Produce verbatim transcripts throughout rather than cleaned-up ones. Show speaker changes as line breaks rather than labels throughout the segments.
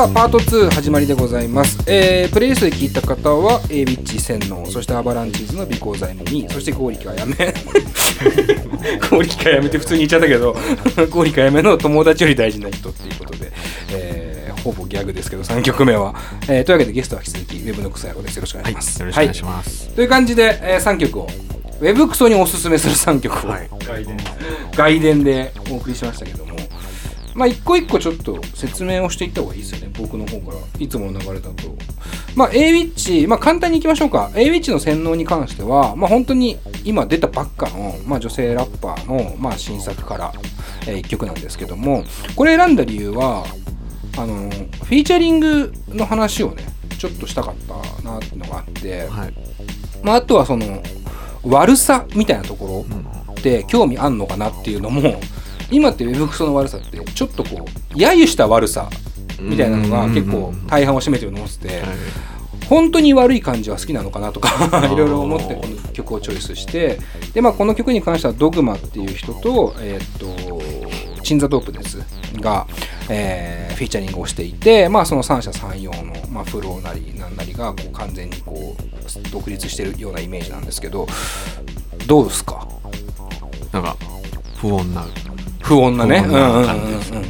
さあパートツー始まりでございます、えー、プレイリストで聞いた方は A ビッチ洗脳、そしてアバランチーズのビコーザイムミー、そしてゴーリキはやめゴーリキはやめって普通に言っちゃったけどゴーリキはやめの友達より大事な人っていうことで、えー、ほぼギャグですけどさんきょくめは、えー、というわけでゲストは引き続きウェブのクソ野郎です。よろしくお願いします、
はい、よろしくお願いします、
はい、という感じで、えー、さんきょくをウェブクソにおすすめするさんきょくを、はい、外伝でお送りしましたけども、まあ一個一個ちょっと説明をしていった方がいいですよね、僕の方からいつもの流れだと。まあ A ウィッチ、まあ簡単にいきましょうか。 A ウィッチの洗脳に関してはまあ本当に今出たばっかの、まあ、女性ラッパーの、まあ、新作から、えー、いっきょくなんですけども、これ選んだ理由はあのフィーチャリングの話をねちょっとしたかったなっていうのがあって、はい、まああとはその悪さみたいなところって興味あんのかなっていうのも、今ってウェブクソの悪さってちょっとこう揶揄した悪さみたいなのが結構大半を占めてると思ってて、本当に悪い感じは好きなのかなとかいろいろ思ってこの曲をチョイスして、で、まあ、この曲に関してはドグマっていう人と、えー、とチンザドープですが、えー、フィーチャリングをしていて、まあ、その三者三様の、まあ、フローなりなんなりがこう完全にこう独立してるようなイメージなんですけど、どうですか？
なんか不穏な
不穏なね、
不穏な感じですね。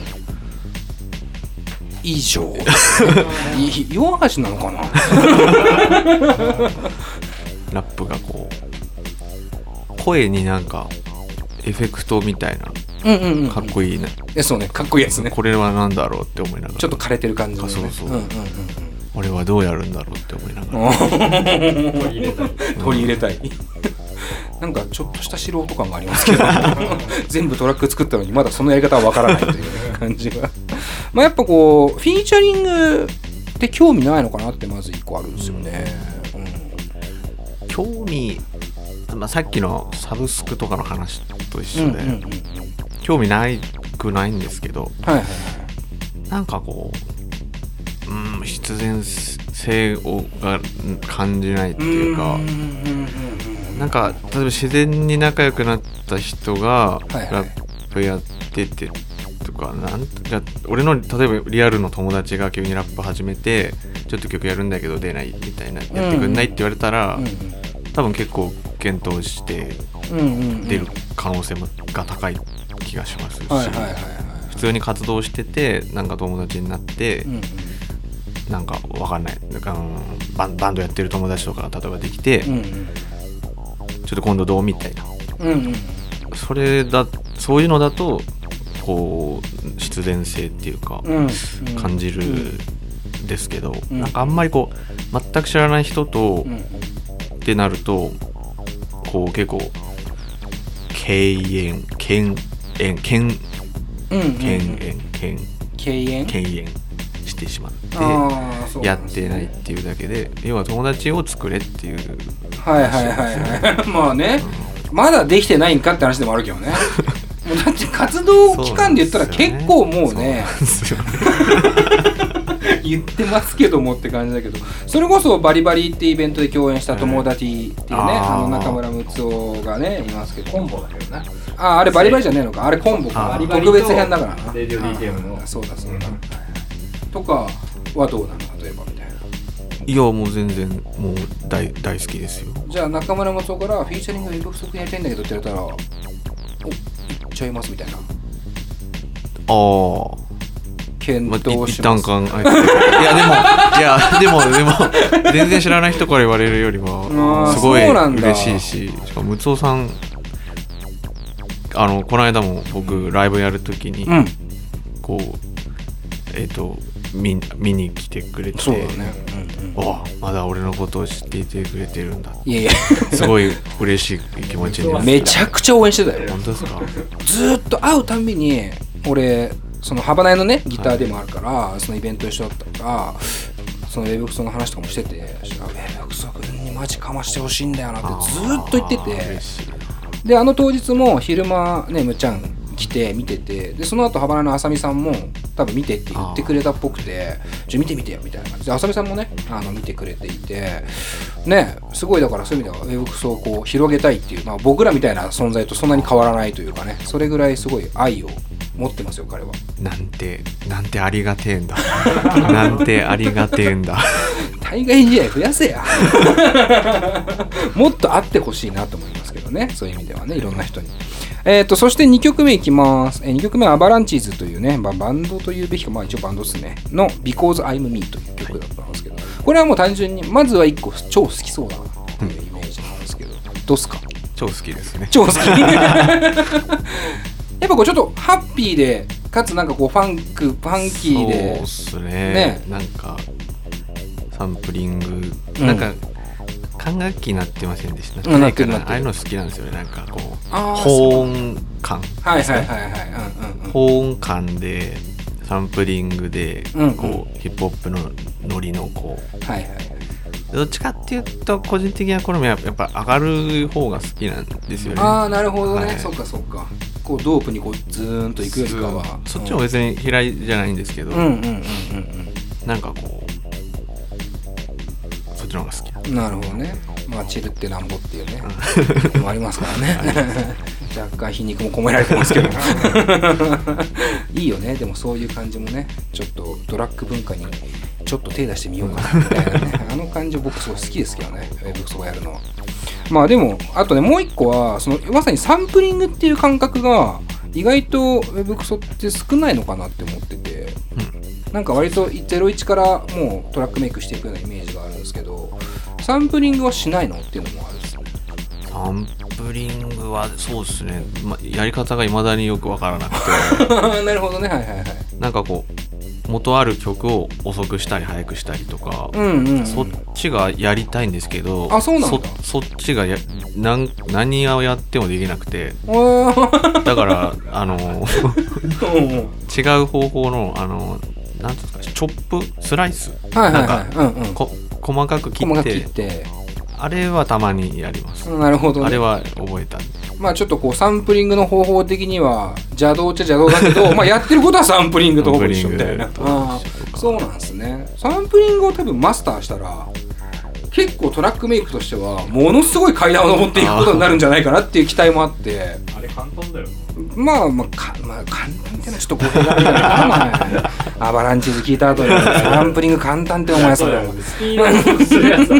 以上弱橋なのかな
ラップがこう声になんかエフェクトみたいな、うんうんうんうん、かっこいいね。
え、そうね、かっこいいやつね。
これはなんだろうって思いながら、
ちょっと枯れてる感じの、ね、
そうそう、うんうんうん、
俺
はどうやるんだろうって思いながら
取り入れたい取り入れたいなんかちょっとした素人感がありますけど全部トラック作ったのにまだそのやり方はわからないという感じがまあやっぱこうフィーチャリングって興味ないのかなってまず一個あるんですよね、
うん、興味、まあ、さっきのサブスクとかの話と一緒で、うんうんうん、興味ないくないんですけど、はいはいはい、なんかこう、うん、必然性をが感じないっていうか、うんうんうんうん、なんか例えば自然に仲良くなった人がラップやっててとか、なんじゃ俺の例えばリアルの友達が急にラップ始めてちょっと曲やるんだけど出ないみたいな、やってくんないって言われたら、うんうん、多分結構検討して出る可能性が高い気がしますし、普通に活動しててなんか友達になって、うんうん、なんかわかんないなんかバン、バンドやってる友達とか例えばできて、うんうん、ちょっと今度どうみたいな、うんうん、それだそういうのだとこう必然性っていうか、うんうん、感じるんですけど、うん、なんかあんまりこう全く知らない人と、うん、ってなるとこう結構敬遠敬遠敬遠敬遠敬遠してしまってやってないっていうだけで、要は友達を作れっていう、
はいはいはいはいまあね、うん、まだできてないんかって話でもあるけどねもうだって活動期間で言ったら結構もうね言ってますけどもって感じだけど、それこそバリバリってイベントで共演した友達っていうね、あ, あの中村睦夫がねいますけど、
コンボだけどな、
ああれバリバリじゃねえのか、あれコンボか、特別編だからな、
レディオ ディーティーエム の
そうだそうだ、うん、とかはどうなの例えばみたいな。
いやもう全然もう 大, 大好きですよ。
じゃあ中村睦夫からフィーチャリングで不足やりたいんだけどって言われたらお行っちゃいますみたいな。あ
あ
検討します、
まあ、一旦考えていやでもいやでもでも全然知らない人から言われるよりはすごい嬉しいし、しかも睦夫さんあのこの間も僕ライブやるときに、うん、こうえっ、ー、と 見, 見に来てくれて、
そうだね、
うんうん、おまだ俺のことを知っていてくれてるんだ、
いやいや
すごい嬉しい気持ちになって
めちゃくちゃ応援してたよ。
本当ですか？
ずっと会うたんびに俺そのハバナイのねギターでもあるから、はい、そのイベント一緒だったからそのウェブクソの話とかもしてて、ウェブクソ君にマジかましてほしいんだよなってずっと言ってて、であの当日も昼間ねむっちゃん来て見てて、でその後ハバナイのあさみさんも多分見てって言ってくれたっぽくて、ちょ見てみてよみたいな感じであさみさんもねあの見てくれていて、 ね、すごいだからそういう意味ではウェブクソをこう広げたいっていう、まあ、僕らみたいな存在とそんなに変わらないというかね、それぐらいすごい愛を持ってますよ彼は。
なんてなんてありがてえんだなんてありがてえんだ
対外試合増やせやもっとあってほしいなと思いますけどね、そういう意味ではね、いろんな人に。えーとそしてにきょくめいきます。えー、にきょくめはアバランチーズというね、まあ、バンドというべきか、まあ一応バンドですねの Because I'm Me という曲だったんですけど、はい、これはもう単純にまずはいっこ超好きそうだなというイメージなんですけど、うん、どうっすか？
超好きですね。
超好きやっぱこうちょっとハッピーでかつなんかこうファンクファンキーで、
そうっすね、ね、なんかサンプリング、うん、なんか管楽器になってませんでした、うん、なってるなってる。ああいうの好きなんですよね。なんかこう保音感、
はいはいはいはい、うんうん、
保音感でサンプリングでこう、うんうん、ヒップホップのノリのこう、はいはいはい、どっちかっていうと個人的な好みはやっぱ上がる方が好きなんですよね。
ああなるほどね、はい、そっかそっか。こうドープにこうズーンといくよりかは
そっちも別に嫌いじゃないんですけど、うんうんうんうんうん、なんかこうそっちの方が好き。
なるほどね。まあチルってなんぼっていうねもありますからね若干皮肉も込められてますけどいいよね。でもそういう感じもね、ちょっとドラッグ文化にちょっと手出してみようかなみたいなねあの感じ僕すごい好きですけどね、ウェブクソがやるのは。まあでもあとねもう一個はそのまさにサンプリングっていう感覚が意外とウェブクソって少ないのかなって思ってて、うん、なんか割とゼロイチからもうトラックメイクしていくようなイメージがあるんですけど、サンプリングはしないのっていうのもあるんですね。
サンプリングはそうですね、ま、やり方が未だによくわからなくて
なるほどね、はいはいはい。
なんかこう元ある曲を遅くしたり速くしたりとか、うんうんうん、そっちがやりたいんですけど、
あ、そうなんだ。
そ, そっちがや何何をやってもできなくてだからあの違う方法のあのなんていうんですか、チョップスライス、はいはいはい、なんか、うんうん、こ細かく切って、切ってあれはたまにやります。
なるほど、ね、
あれは覚えた。
まあちょっとこうサンプリングの方法的には邪道っちゃ邪道だけどまあやってることはサンプリングとほぼ一緒みたいな。あ、そうなんですね。サンプリングを多分マスターしたら結構トラックメイクとしてはものすごい階段を登っていくことになるんじゃないかなっていう期待もあって。
あれ簡単だよ。
まあまあ、かまあ、簡単ってのはちょっと語弊があるんじゃないかなアバランチーズ聞いた後にサンプリング簡単って思いますよ。スピードアップするやつ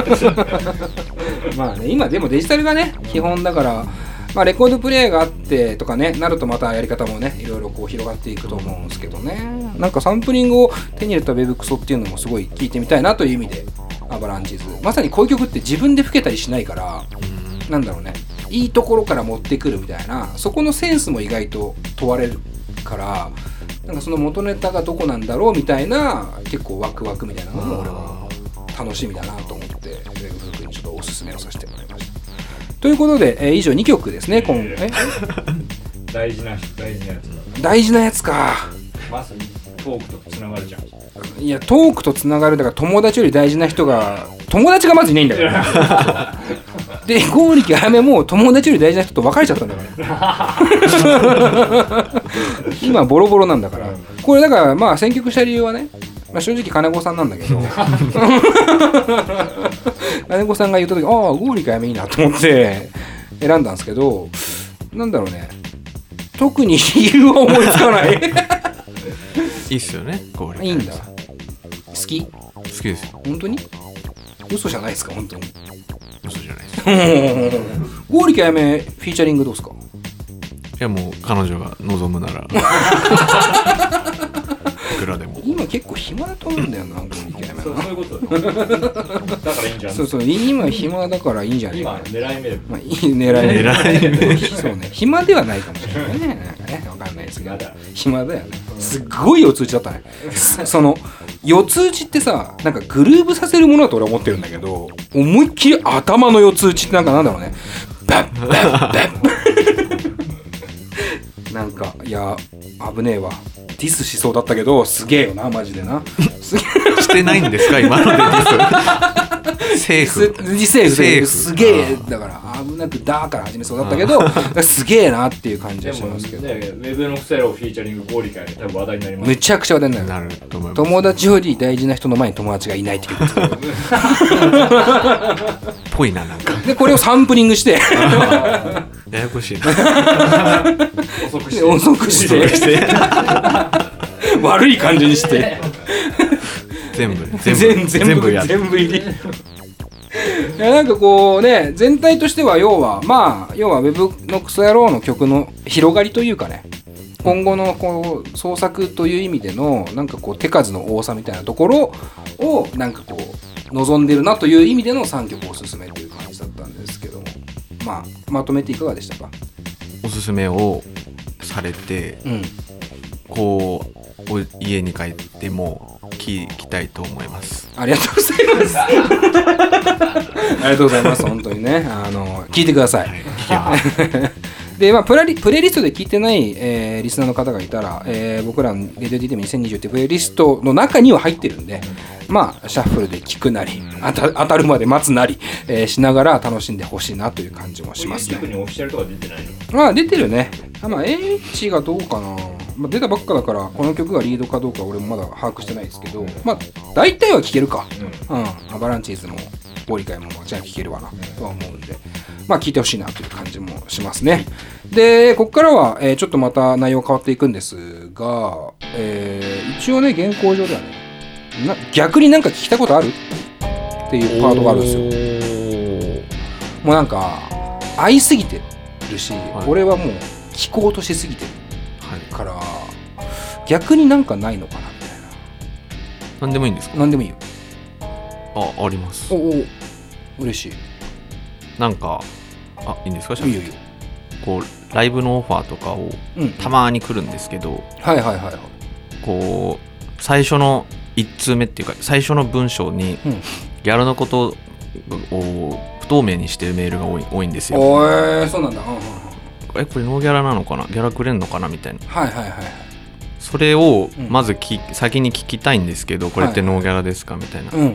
まあね、今でもデジタルがね基本だから、まあ、レコードプレイヤーがあってとかねなるとまたやり方もねいろいろこう広がっていくと思うんですけどね。なんかサンプリングを手に入れたウェブクソっていうのもすごい聞いてみたいなという意味でアバランチーズ、まさにこういう曲って自分で吹けたりしないから、なんだろうね、いいところから持ってくるみたいな、そこのセンスも意外と問われるから、なんかその元ネタがどこなんだろうみたいな結構ワクワクみたいなのも俺は楽しみだなと思ってウェブフックにちょっとおすすめをさせてもらいました。ということで、えー、以上にきょくですね。今回
大事な大事なやつだ。
大事なやつか。
まさにトークとつながるじゃん。
いやトークとつながるだから友達より大事な人が友達がまずいないんだからで剛力あやめも友達より大事な人と別れちゃったんだから今ボロボロなんだから。これだからまあ選曲した理由はね、まあ、正直金子さんなんだけど金子さんが言った時、ああ剛力あやめいいなと思って選んだんですけど、なんだろうね、特に理由は思いつかない
いいっすよね、剛力。
いいんだ。好き？
好きですよ。
本当に？嘘じゃないですか、本当に。
嘘じゃない
です。剛力あやめフィーチャリングどうですか？
いやもう彼女が望むならいくらでも。
今結構暇だと思うんだよな、剛力あやめ。
そういうことだからいいんじゃない？
そうそう、今暇だからいいんじゃないかな。
今狙い目で、
まあいい狙い目。狙い目。そうね、暇ではないかもしれないね。なんかね、わかんないですけど。暇だよね。すっごい四つ打ちだったね。その四つ打ちってさ、なんかグルーブさせるものだと俺は思ってるんだけど、思いっきり頭の四つ打ちってなんかなんだろうね。バッバッバッなんかいや危ねえわ。ディスしそうだったけどすげえよなマジでな。
してないんですか今のでディス。 セーフ
リセーフセーフすげえだから危なくだーから始めそうだったけどすげえなっていう感じはしますけど、ね、
ウェブのクソ野郎フィーチャリングゴーリカに多分話題になります。
めちゃくちゃ話題になる、
なると思います。
友達より大事な人の前に友達がいないっていう
ぽいな、なんか
でこれをサンプリングして
ややこしいな
遅くして
遅くして悪い感じにして
全部
全
全部
全部
やる
全部入りいやなんかこうね全体としては要はまあ要はウェブのクソ野郎の曲の広がりというかね今後のこう創作という意味でのなんかこう手数の多さみたいなところをなんかこう望んでるなという意味でのさんきょくおすすめという感じだったんですけども、まあまとめていかがでしたか？
おすすめをされて、
うん、
こう家に帰っても聞きたいと思います。
ありがとうございますありがとうございます本当にねあの聞いてください、はい、聞きますでまあ、プラリプレイリストで聞いてない、えー、リスナーの方がいたら、えー、僕らのレディオ ディーティーエムにせんにじゅうってプレイリストの中には入ってるんで、まあシャッフルで聞くなり当た、当たるまで待つなり、えー、しながら楽しんでほしいなという感じもしますね。
YouTube にオフィシャルとか出てないの？
まあ出てるね。まあ H がどうかな、まあ、出たばっかだからこの曲がリードかどうか俺もまだ把握してないですけど、まあ大体は聞けるか、うん、うん、アバランチーズもボリカイも間違いなく聞けるわなとは思うんで、まあ聞いてほしいなという感じもしますね。でここからは、えー、ちょっとまた内容変わっていくんですが、えー、一応ね原稿上ではねな逆になんか聞きたことあるっていうパートがあるんですよ。もうなんか愛すぎてるし、はい、俺はもう聞こうとしすぎてるから、はい、逆になんかないのかなみたいな。
何でもいいんですか？
何でもいいよ。
あ、あります。
おお嬉しい。なんか
あ、いいんですか？
いいよいいよ。
こうライブのオファーとかをたまに来るんですけど、うん、
はいはいはいはい。
こう最初の一通目っていうか最初の文章に、うん、ギャラのことを不透明にしてるメールが多い、多いんですよ。
おー、そうなんだ。うんうん、
え、これノーギャラなのかな、ギャラくれんのかなみたいな。
はいはいはい。
それをまずき、うん、先に聞きたいんですけど、これってノーギャラですかみたいな。
うんうん、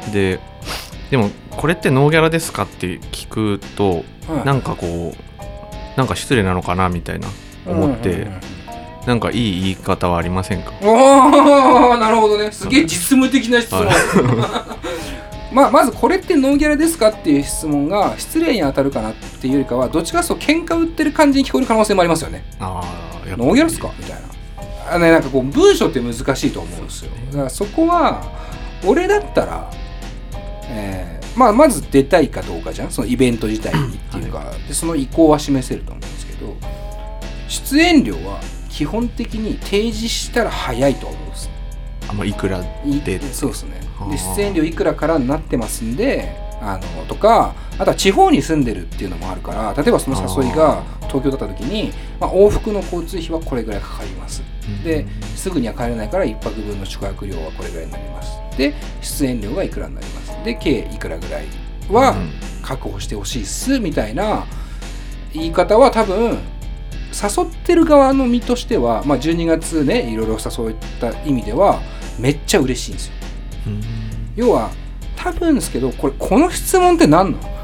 で、でもこれってノーギャラですかって聞くと、はい、なんかこうなんか失礼なのかなみたいな思って、うんうんうん、なんかいい言い方はありませんか？
おー、なるほどね。すげえ実務的な質問。まあ、まずこれってノーギャラですかっていう質問が失礼に当たるかなっていうよりかはどっちかというと喧嘩売ってる感じに聞こえる可能性もありますよね。
あー、
ノーギャラですかみたいな。あのね、なんかこう文章って難しいと思うんですよ。だからそこは俺だったら、えーまあ、まず出たいかどうかじゃん、そのイベント自体にっていうか、はい、でその意向は示せると思うんですけど、出演料は基本的に提示したら早いと思うんです。
あ、まあ、いくらで、
そうですね。で出演料いくらからになってますんで、あのとか、あとは地方に住んでるっていうのもあるから、例えばその誘いが東京だった時に、まあ、往復の交通費はこれぐらいかかります、うん、ですぐには帰れないからいっぱくぶんの宿泊料はこれぐらいになります、で出演料がいくらになります、で計いくらぐらいは確保してほしいっすみたいな言い方は多分誘ってる側の身としては、まあ、じゅうにがつねいろいろ誘った意味ではめっちゃ嬉しいんですよ、うん、要は多分ですけど、これこの質問って何なの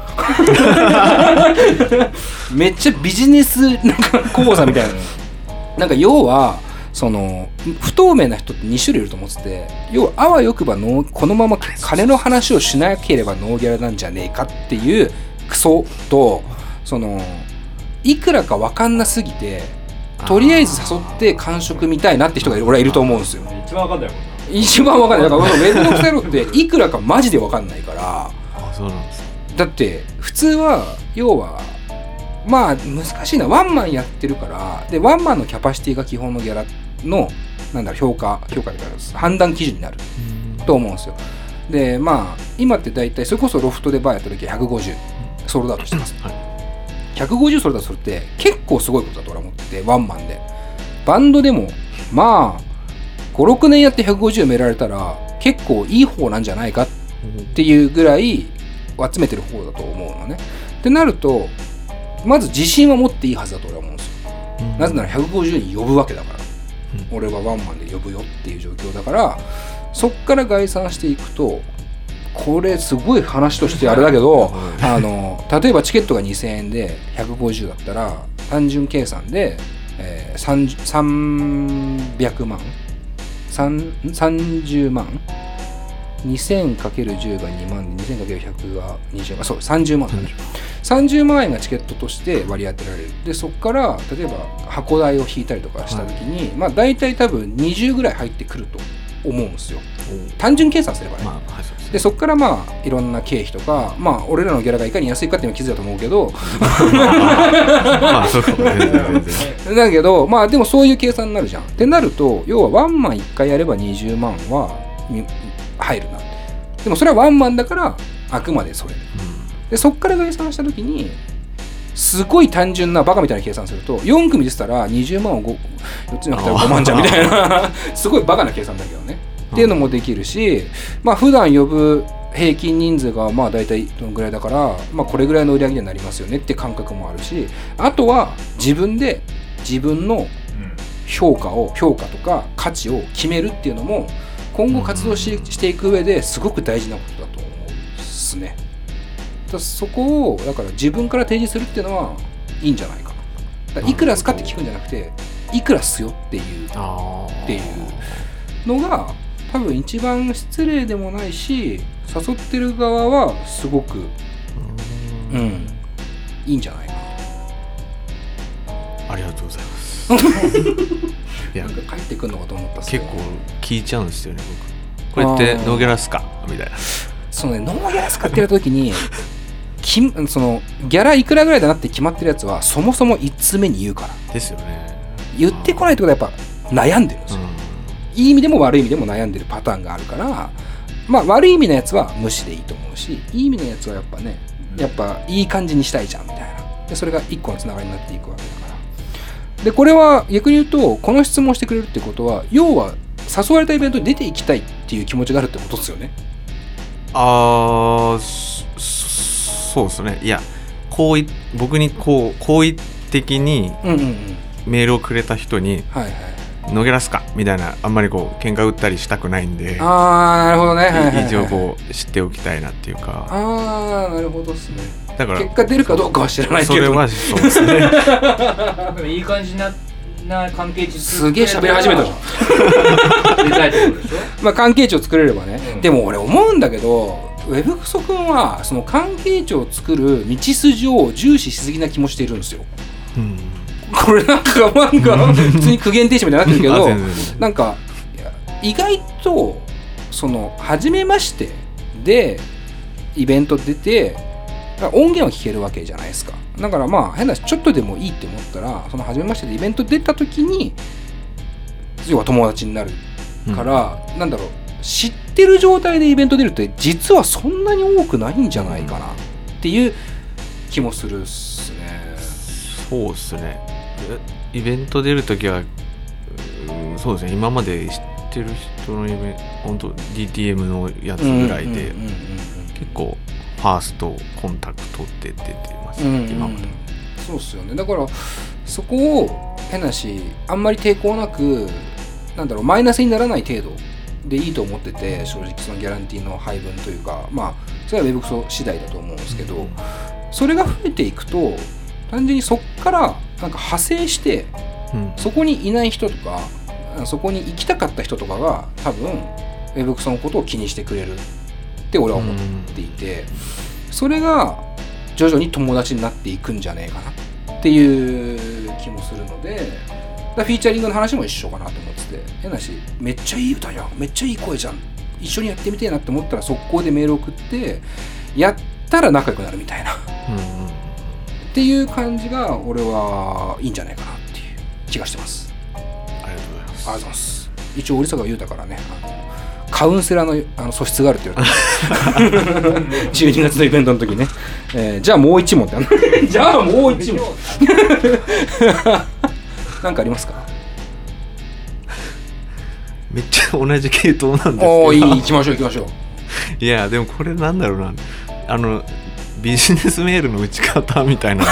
めっちゃビジネスなんか講座みたいななんか要はその不透明な人ってに種類いると思ってて、要はあわよくばのこのまま金の話をしなければノーギャラなんじゃねえかっていうクソと、そのいくらか分かんなすぎてとりあえず誘って完食見たいなって人が俺はいると思うんですよ。
一番分かんないもんな。
一番分かんない。だからウェブのクソ野郎っていくらかマジで分かんないから。
あ、そうなんですか。
だって普通は要はまあ難しいな、ワンマンやってるからでワンマンのキャパシティが基本のギャラのなんだろう評価評価で判断基準になると思うんですよ。でまあ今って大体それこそロフトでバーやった時はひゃくごじゅうソールドアウトしてます、はい、ひゃくごじゅうソールドアウトするって結構すごいことだと俺は思ってて、ワンマンでバンドでもまあごろくねんやってひゃくごじゅう埋められたら結構いい方なんじゃないかっていうぐらい集めてる方だと思うのね。ってなるとまず自信は持っていいはずだと俺は思うんですよ、うん、なぜならひゃくごじゅうにん呼ぶわけだから、うん、俺はワンマンで呼ぶよっていう状況だから、そっから概算していくとこれすごい話としてあれだけどあの例えばチケットがにせんえんでひゃくごじゅうだったら単純計算で、えー、さんびゃくまんさんじゅうまん にせんかけるじゅう がにまんで にせんかけるひゃく がにじゅうまん、そうさんじゅうまんなんですよ。さんじゅうまんえんがチケットとして割り当てられる。でそこから例えば箱代を引いたりとかした時に、はい、まあ大体多分にじゅうぐらい入ってくると思うんですよ、単純計算すればね、まあはい、そうですね。でそこからまあいろんな経費とか、まあ俺らのギャラがいかに安いかっていうのは気づいたと思うけどまあそうかもね全然だけどまあでもそういう計算になるじゃんってなると、要はワンマンいっかいやればにじゅうまんは入るな。でもそれはワンマンだからあくまでそれ、うん、でそこから計算した時にすごい単純なバカみたいな計算するとよん組でしたらにじゅうまんをよっつに分けたらごまんじゃんみたいなすごいバカな計算だけどねっていうのもできるし、まあ普段呼ぶ平均人数がまあ大体どのぐらいだから、まあこれぐらいの売り上げになりますよねって感覚もあるし、あとは自分で自分の評価を評価とか価値を決めるっていうのも今後活動し、していく上ですごく大事なことだと思うんですね。だそこをだから自分から提示するっていうのはいいんじゃないかな。だからいくらすかって聞くんじゃなくていくらすよっていうっていうのが多分一番失礼でもないし、誘ってる側はすごくうん、いいんじゃないかな。
ありがとうございますいや
なんか帰ってくるのかと思ったっす
結構聞いちゃうんですよね僕。これってノーギャラっすかみたいな。
そうね、ノーギャラ使ってる時にきそのギャラいくらぐらいだなって決まってるやつはそもそもいちつめに言うから
ですよね。
言ってこないってことはやっぱ悩んでるんですよ、うん、いい意味でも悪い意味でも悩んでるパターンがあるから、まあ悪い意味のやつは無視でいいと思うし、いい意味のやつはやっぱねやっぱいい感じにしたいじゃんみたいな。でそれが一個のつながりになっていくわけだから。でこれは逆に言うとこの質問してくれるってことは要は誘われたイベントに出ていきたいっていう気持ちがあるってことですよね。
あーそうですね。いや好意僕にこう好意的にメールをくれた人に、うんうんうん、はいはい、ノゲラスかみたいなあんまりこう喧嘩売ったりしたくないんで、
ああなるほどね、はいはいはい、
一応こう知っておきたいなっていうか。
ああなるほどですね。
だから
結果出るかどうかは知らないけど、
それはそうですね
でもいい感じなな関係値
すげえ喋り始めたじゃん出たいってことでしょまあ関係値を作れればね、うん、でも俺思うんだけどウェブクソ君はその関係値を作る道筋を重視しすぎな気もしているんですよ、うん、これなんかなんか普通に苦言停止みたいになってるけどなんか意外とその初めましてでイベント出て音源は聞けるわけじゃないですか。だからまあ変なちょっとでもいいって思ったらその初めましてでイベント出た時に要は友達になるから、うん、なんだろう知ってる状態でイベント出るって実はそんなに多くないんじゃないかなっていう気もするっすね。
そうっすね。イベント出るときは、うん、そうですね。今まで知ってる人のイベント本当 ディーティーエム のやつぐらいで結構ファーストコンタクトって出てます、ね、うんうん、今まで。
そうっすよね。だからそこを変なしあんまり抵抗なくなんだろうマイナスにならない程度でいいと思ってて、正直そのギャランティーの配分というか、まあそれはウェブクソ次第だと思うんですけど、うん、それが増えていくと単純にそこからなんか派生して、うん、そこにいない人とかそこに行きたかった人とかが多分ウェブクソのことを気にしてくれるって俺は思っていて、うん、それが徐々に友達になっていくんじゃねえかなっていう気もするので、だフィーチャリングの話も一緒かなと思ってて、変なしめっちゃいい歌じゃんめっちゃいい声じゃん一緒にやってみてえなって思ったら速攻でメール送ってやったら仲良くなるみたいな、うんうん、っていう感じが俺はいいんじゃないかなっていう気がしてます。
ありがとうございます。
ありがとうございます。一応折坂優太からねあのカウンセラー の, あの素質があるって言われてじゅうにがつのイベントの時ね、えー、じゃあもう一問ってじゃあもう一問なんかありますか？
めっちゃ同じ系統なんですけど。
おーいい行きましょう行きましょう。
いやでもこれなんだろうな、あのビジネスメールの打ち方みたいなの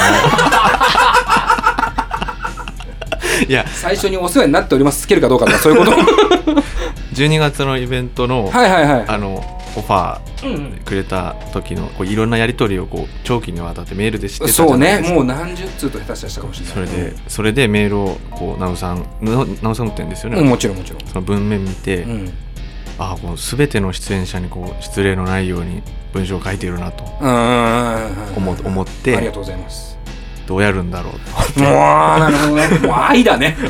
いや
最初にお世話になっておりますつけるかどうかとかそういうこと
じゅうにがつのイベントの、
はいはいはい、
あのオファーくれた時のこういろんなやり取りをこう長期にわたってメールで知ってたじゃ
そう
ないですか。
ね、もう何十通と下手したしたかもしれない。
それでそれでメールをこう直さん直さん持ってるんですよね、
うん、もちろんもちろん。
その文面見て、うん、あこう全ての出演者にこう失礼のないように文章を書いているなと思思って
ありがとうございます。
どうやるんだろうと。
もうなるほどね。もう愛だね。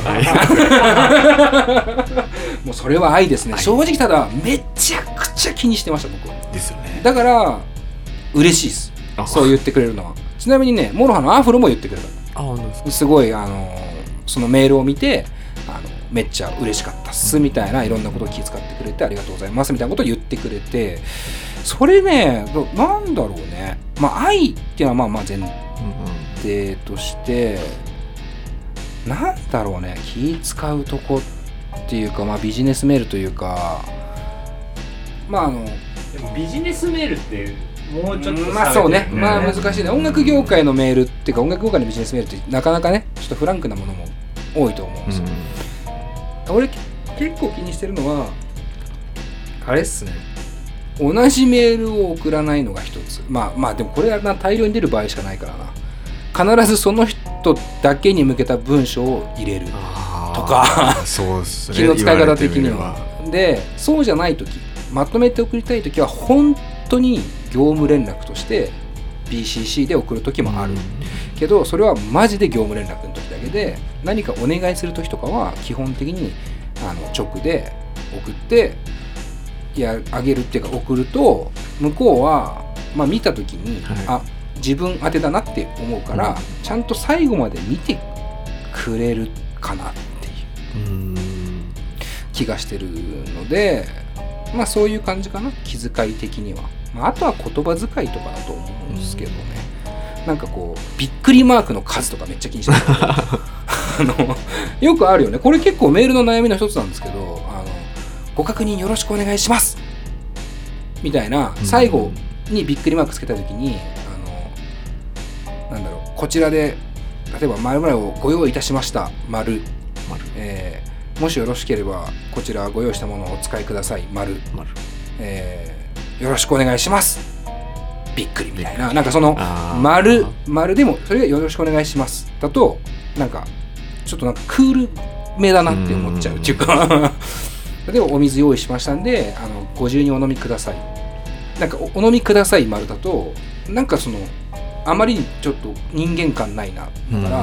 もうそれは愛ですね。正直ただめちゃくちゃ気にしてました僕は。
ですよね。
だから嬉しいです。そう言ってくれるのは。ちなみにね、モロハのアフロも言ってくれた。あ、本当ですか。すごいあのそのメールを見てあのめっちゃ嬉しかったっすみたいな、いろんなことを気遣ってくれてありがとうございますみたいなことを言ってくれて、それね、なんだろうね。まあ愛っていうのはまあまあ前提として、なんだろうね、気使うとこっていうか、まあビジネスメールというか、まああの
でもビジネスメールってもうちょっと、
まあそうね、まあ難しいね。音楽業界のメールっていうか音楽業界のビジネスメールってなかなかね、ちょっとフランクなものも多いと思うんですよ。うん、俺結構気にしてるのはあれっすね。同じメールを送らないのが一つ。まあまあでもこれはな大量に出る場合しかないからな。必ずその人だけに向けた文章を入れるとか、
そうですね、
気の使い方的には。で、そうじゃないとき、まとめて送りたいときは本当に業務連絡として ビーシーシー で送るときもある、うん、けどそれはマジで業務連絡のときだけで、何かお願いするときとかは基本的にあの直で送ってやあげるっていうか送ると、向こうは、まあ、見たときに、はい、あ自分宛てだなって思うから、うん、ちゃんと最後まで見てくれるかなっていう気がしてるので、まあそういう感じかな、気遣い的には。まあ、あとは言葉遣いとかだと思うんですけどね。なんかこうびっくりマークの数とかめっちゃ気にしてるあのよくあるよね。これ結構メールの悩みの一つなんですけど、あのご確認よろしくお願いしますみたいな最後にびっくりマークつけた時に、なんだろう、こちらで例えば〇〇をご用意いたしました丸、えー、もしよろしければこちらご用意したものをお使いください丸、えー、よろしくお願いしますびっくりみたいな、なんかその丸丸でもそれがよろしくお願いしますだとなんかちょっとなんかクールめだなって思っちゃうっていうか例えばお水用意しましたんであのご自由にお飲みください、なんか お, お飲みください丸だとなんかそのあまりにちょっと人間感ないなだから、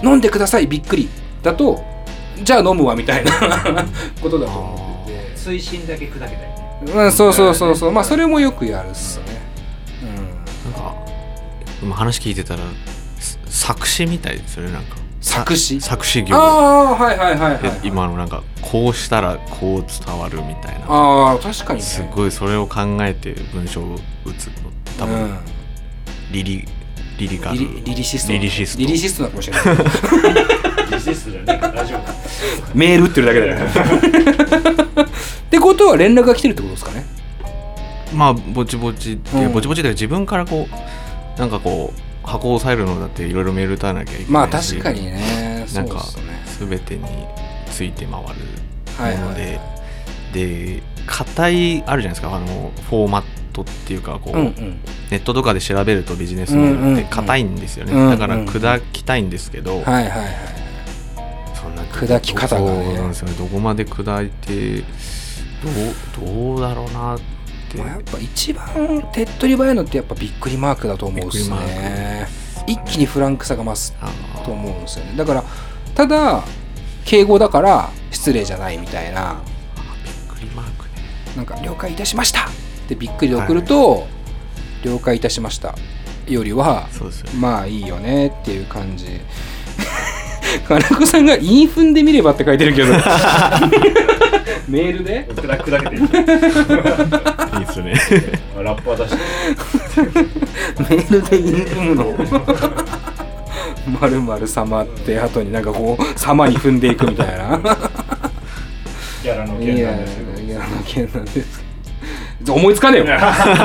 飲んでくださいびっくりだとじゃあ飲むわみたいなことだと思ってて、
推進だけ砕けたりね、
うん、そうそうそうそう、まあそれもよくやるっすね、うん、
なんか今話聞いてたら作詞みたいですよね。なんか
作詞
作詞業、
ああはいはいはい、はい、
今のなんかこうしたらこう伝わるみたいな、
ああ確かにね、
すごいそれを考えて文章を打つの多分、うん、リリリリカル
リリリリシスト
リリシスト
リリシストなのかもしれない
リリシストじゃねえか大丈夫
メール打ってるだけだよってことは連絡が来てるってことですかね。
まあぼちぼち、うん、ぼちぼちで自分からこうなんかこう箱を押さえるのだっていろいろメール打たなきゃいけないし、
まあ確かにね、
なんか全てについて回るもので、はいはいはい、で硬いあるじゃないですか、あのフォーマットっていうかこう、うんうん、ネットとかで調べるとビジネスメールって硬いんですよね、うんうんうん、だから砕きたいんですけど、うんうん、はいはいはい、
そんな砕き方がね、
そうなんですよね、どこまで砕いてどう、どうだろうなって、
まあ、やっぱ一番手っ取り早いのってやっぱびっくりマークだと思うんですね。一気にフランクさが増すと思うんですよね。だからただ敬語だから失礼じゃないみたいな、
びっくりマークね、
なんか了解いたしましたってびっくりで送ると、はい、了解いたしましたよりはそうですよね、まあいいよねっていう感じ金子さんがインフンで見ればって書いてるけどメールで
砕けてるいい
っすね
ラッパー出して
メールでインフンの〇〇様って後になんかこう様に踏んでいくみたいな
ギャラの件なんですけど、
ギャラの件なんですけど思いつかねえよ頑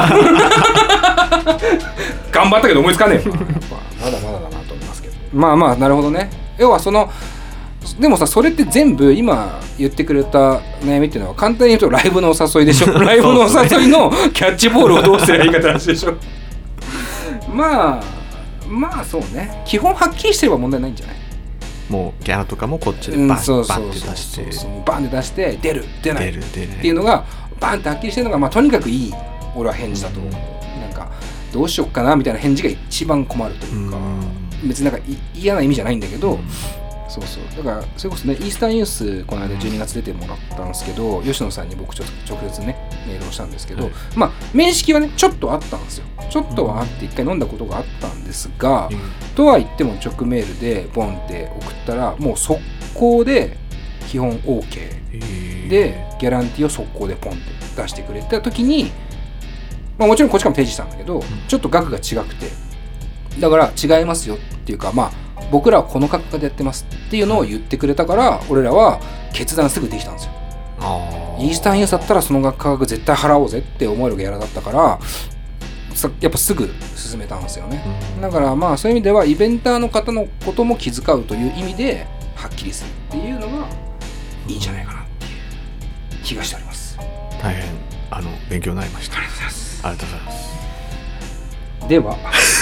張ったけど思いつかねえよまだまだだなと思いますけど、まあまあなるほどね。要はそのでもさそれって全部今言ってくれた悩みっていうのは簡単に言うとライブのお誘いでしょライブのお誘いのキャッチボールをどうすればいいかって話でしょまあまあそうね基本はっきりしてれば問題ないんじゃない。
もうギャラとかもこっちでバン、うん、そうそうそうそうバンって出して
バンって出して出る出ないっていうのがバンってはっきりしてるのが、まあ、とにかくいい俺は返事だと思う、うん、なんかどうしよっかなみたいな返事が一番困るというか、うん、別になんか嫌な意味じゃないんだけど、うん、そうそうだからそれこそねイースタンユースこの間じゅうにがつ出てもらったんですけど、吉野さんに僕ちょっと直接ねメールをしたんですけど、はい、まあ面識はねちょっとあったんですよ。ちょっとはあって一回飲んだことがあったんですが、うん、とは言っても直メールでボンって送ったらもう速攻で基本 OK でギャランティーを速攻でポンって出してくれた時に、まあ、もちろんこっちからも提示したんだけど、うん、ちょっと額が違くてだから違いますよっていうかまあ僕らはこの価格でやってますっていうのを言ってくれたから俺らは決断すぐできたんですよ。あイースタンユースだったらその価格絶対払おうぜって思えるギャラだったからやっぱすぐ進めたんですよね、うん、だからまあそういう意味ではイベンターの方のことも気遣うという意味ではっきりするっていうのがいいんじゃないかなっていう気がしております。
大変あの勉強になりました。ありがとうございます。ありがとうございます。
では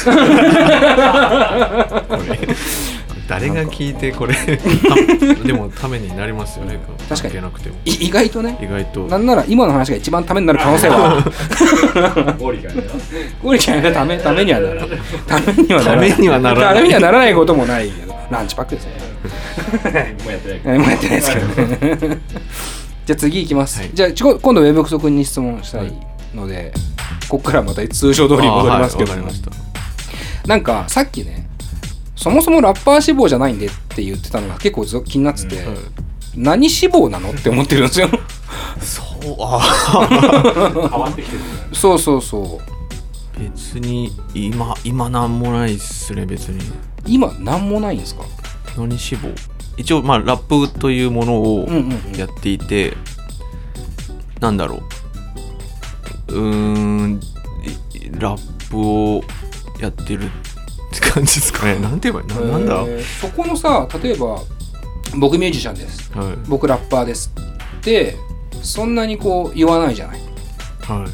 これ誰が聞いてこれでもためになりますよね。
確かに
なくても
意外とね
意外と
なんなら今の話が一番ためになる可能性は
ゴリがね
ゴリがねためためにはならないためにはならない
ためにはならない
ためにはならないこともないけどランチパックですね
もうやってない
もうやってないですけどねじゃあ次いきます、はい、じゃあ今度ウェブクソ君に質問したいので、はい、ここからまた通常通りに戻りますけど、はい、なんかさっきねそもそもラッパー志望じゃないんでって言ってたのが結構気になってて、うんはい、何志望なのって思ってるんですよ
そうあ
変わってきてる、ね、
そうそうそう
別に今今なんもないっすね。別に
今なんもないんですか。
何志望一応まあラップというものをやっていて、うんうんうん、なんだろううーんラップをやってるって感じですかね。なんて言えばいい な, なんだ
そこのさ例えば僕ミュージシャンです、はい、僕ラッパーですってそんなにこう言わないじゃない、
はい、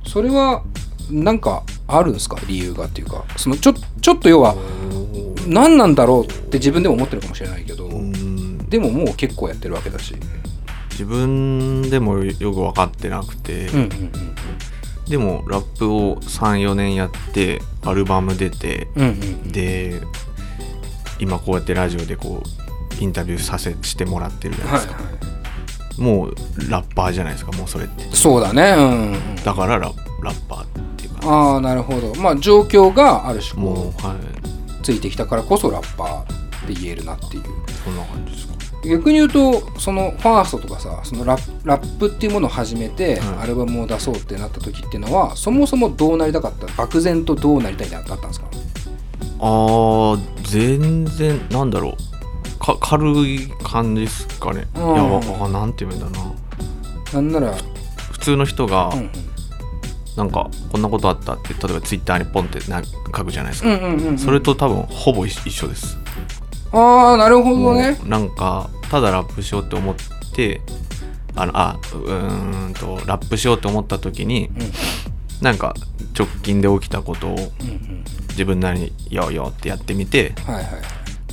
そ
れはなんかあるんですか理由がっていうかそのちょ、ちょっと要は何なんだろうって自分でも思ってるかもしれないけどでももう結構やってるわけだし
自分でもよく分かってなくて、うんうんうん、でもラップを さん,よ 年やってアルバム出て、うんうん、で今こうやってラジオでこうインタビューさせしてもらってるじゃないですか、はいはい、もうラッパーじゃないですかもうそれって
そうだね、うんうん、
だからラ、ラッパーっていうか
ああなるほどまあ状況がある種こう、
もう、はい、
ついてきたからこそラッパーって言えるなっていう
そんな感じですか。
逆に言うとそのファーストとかさそのラップ、ラップっていうものを始めて、はい、アルバムを出そうってなった時っていうのはそもそもどうなりたかった漠然とどうなりたいってあったんですか。
あー全然なんだろうか軽い感じですかね。いやわなんて言うんだな
なんなら
普通の人が、うんうん、なんかこんなことあったって例えばツイッターにポンってな書くじゃないですか、うんうんうんうん、それと多分ほぼ一緒です。
ああなるほどね。
なんかただラップしようって思ってあのあうーんとラップしようって思った時に、うん、なんか直近で起きたことを、うんうん、自分なりによよってやってみて、はいはい、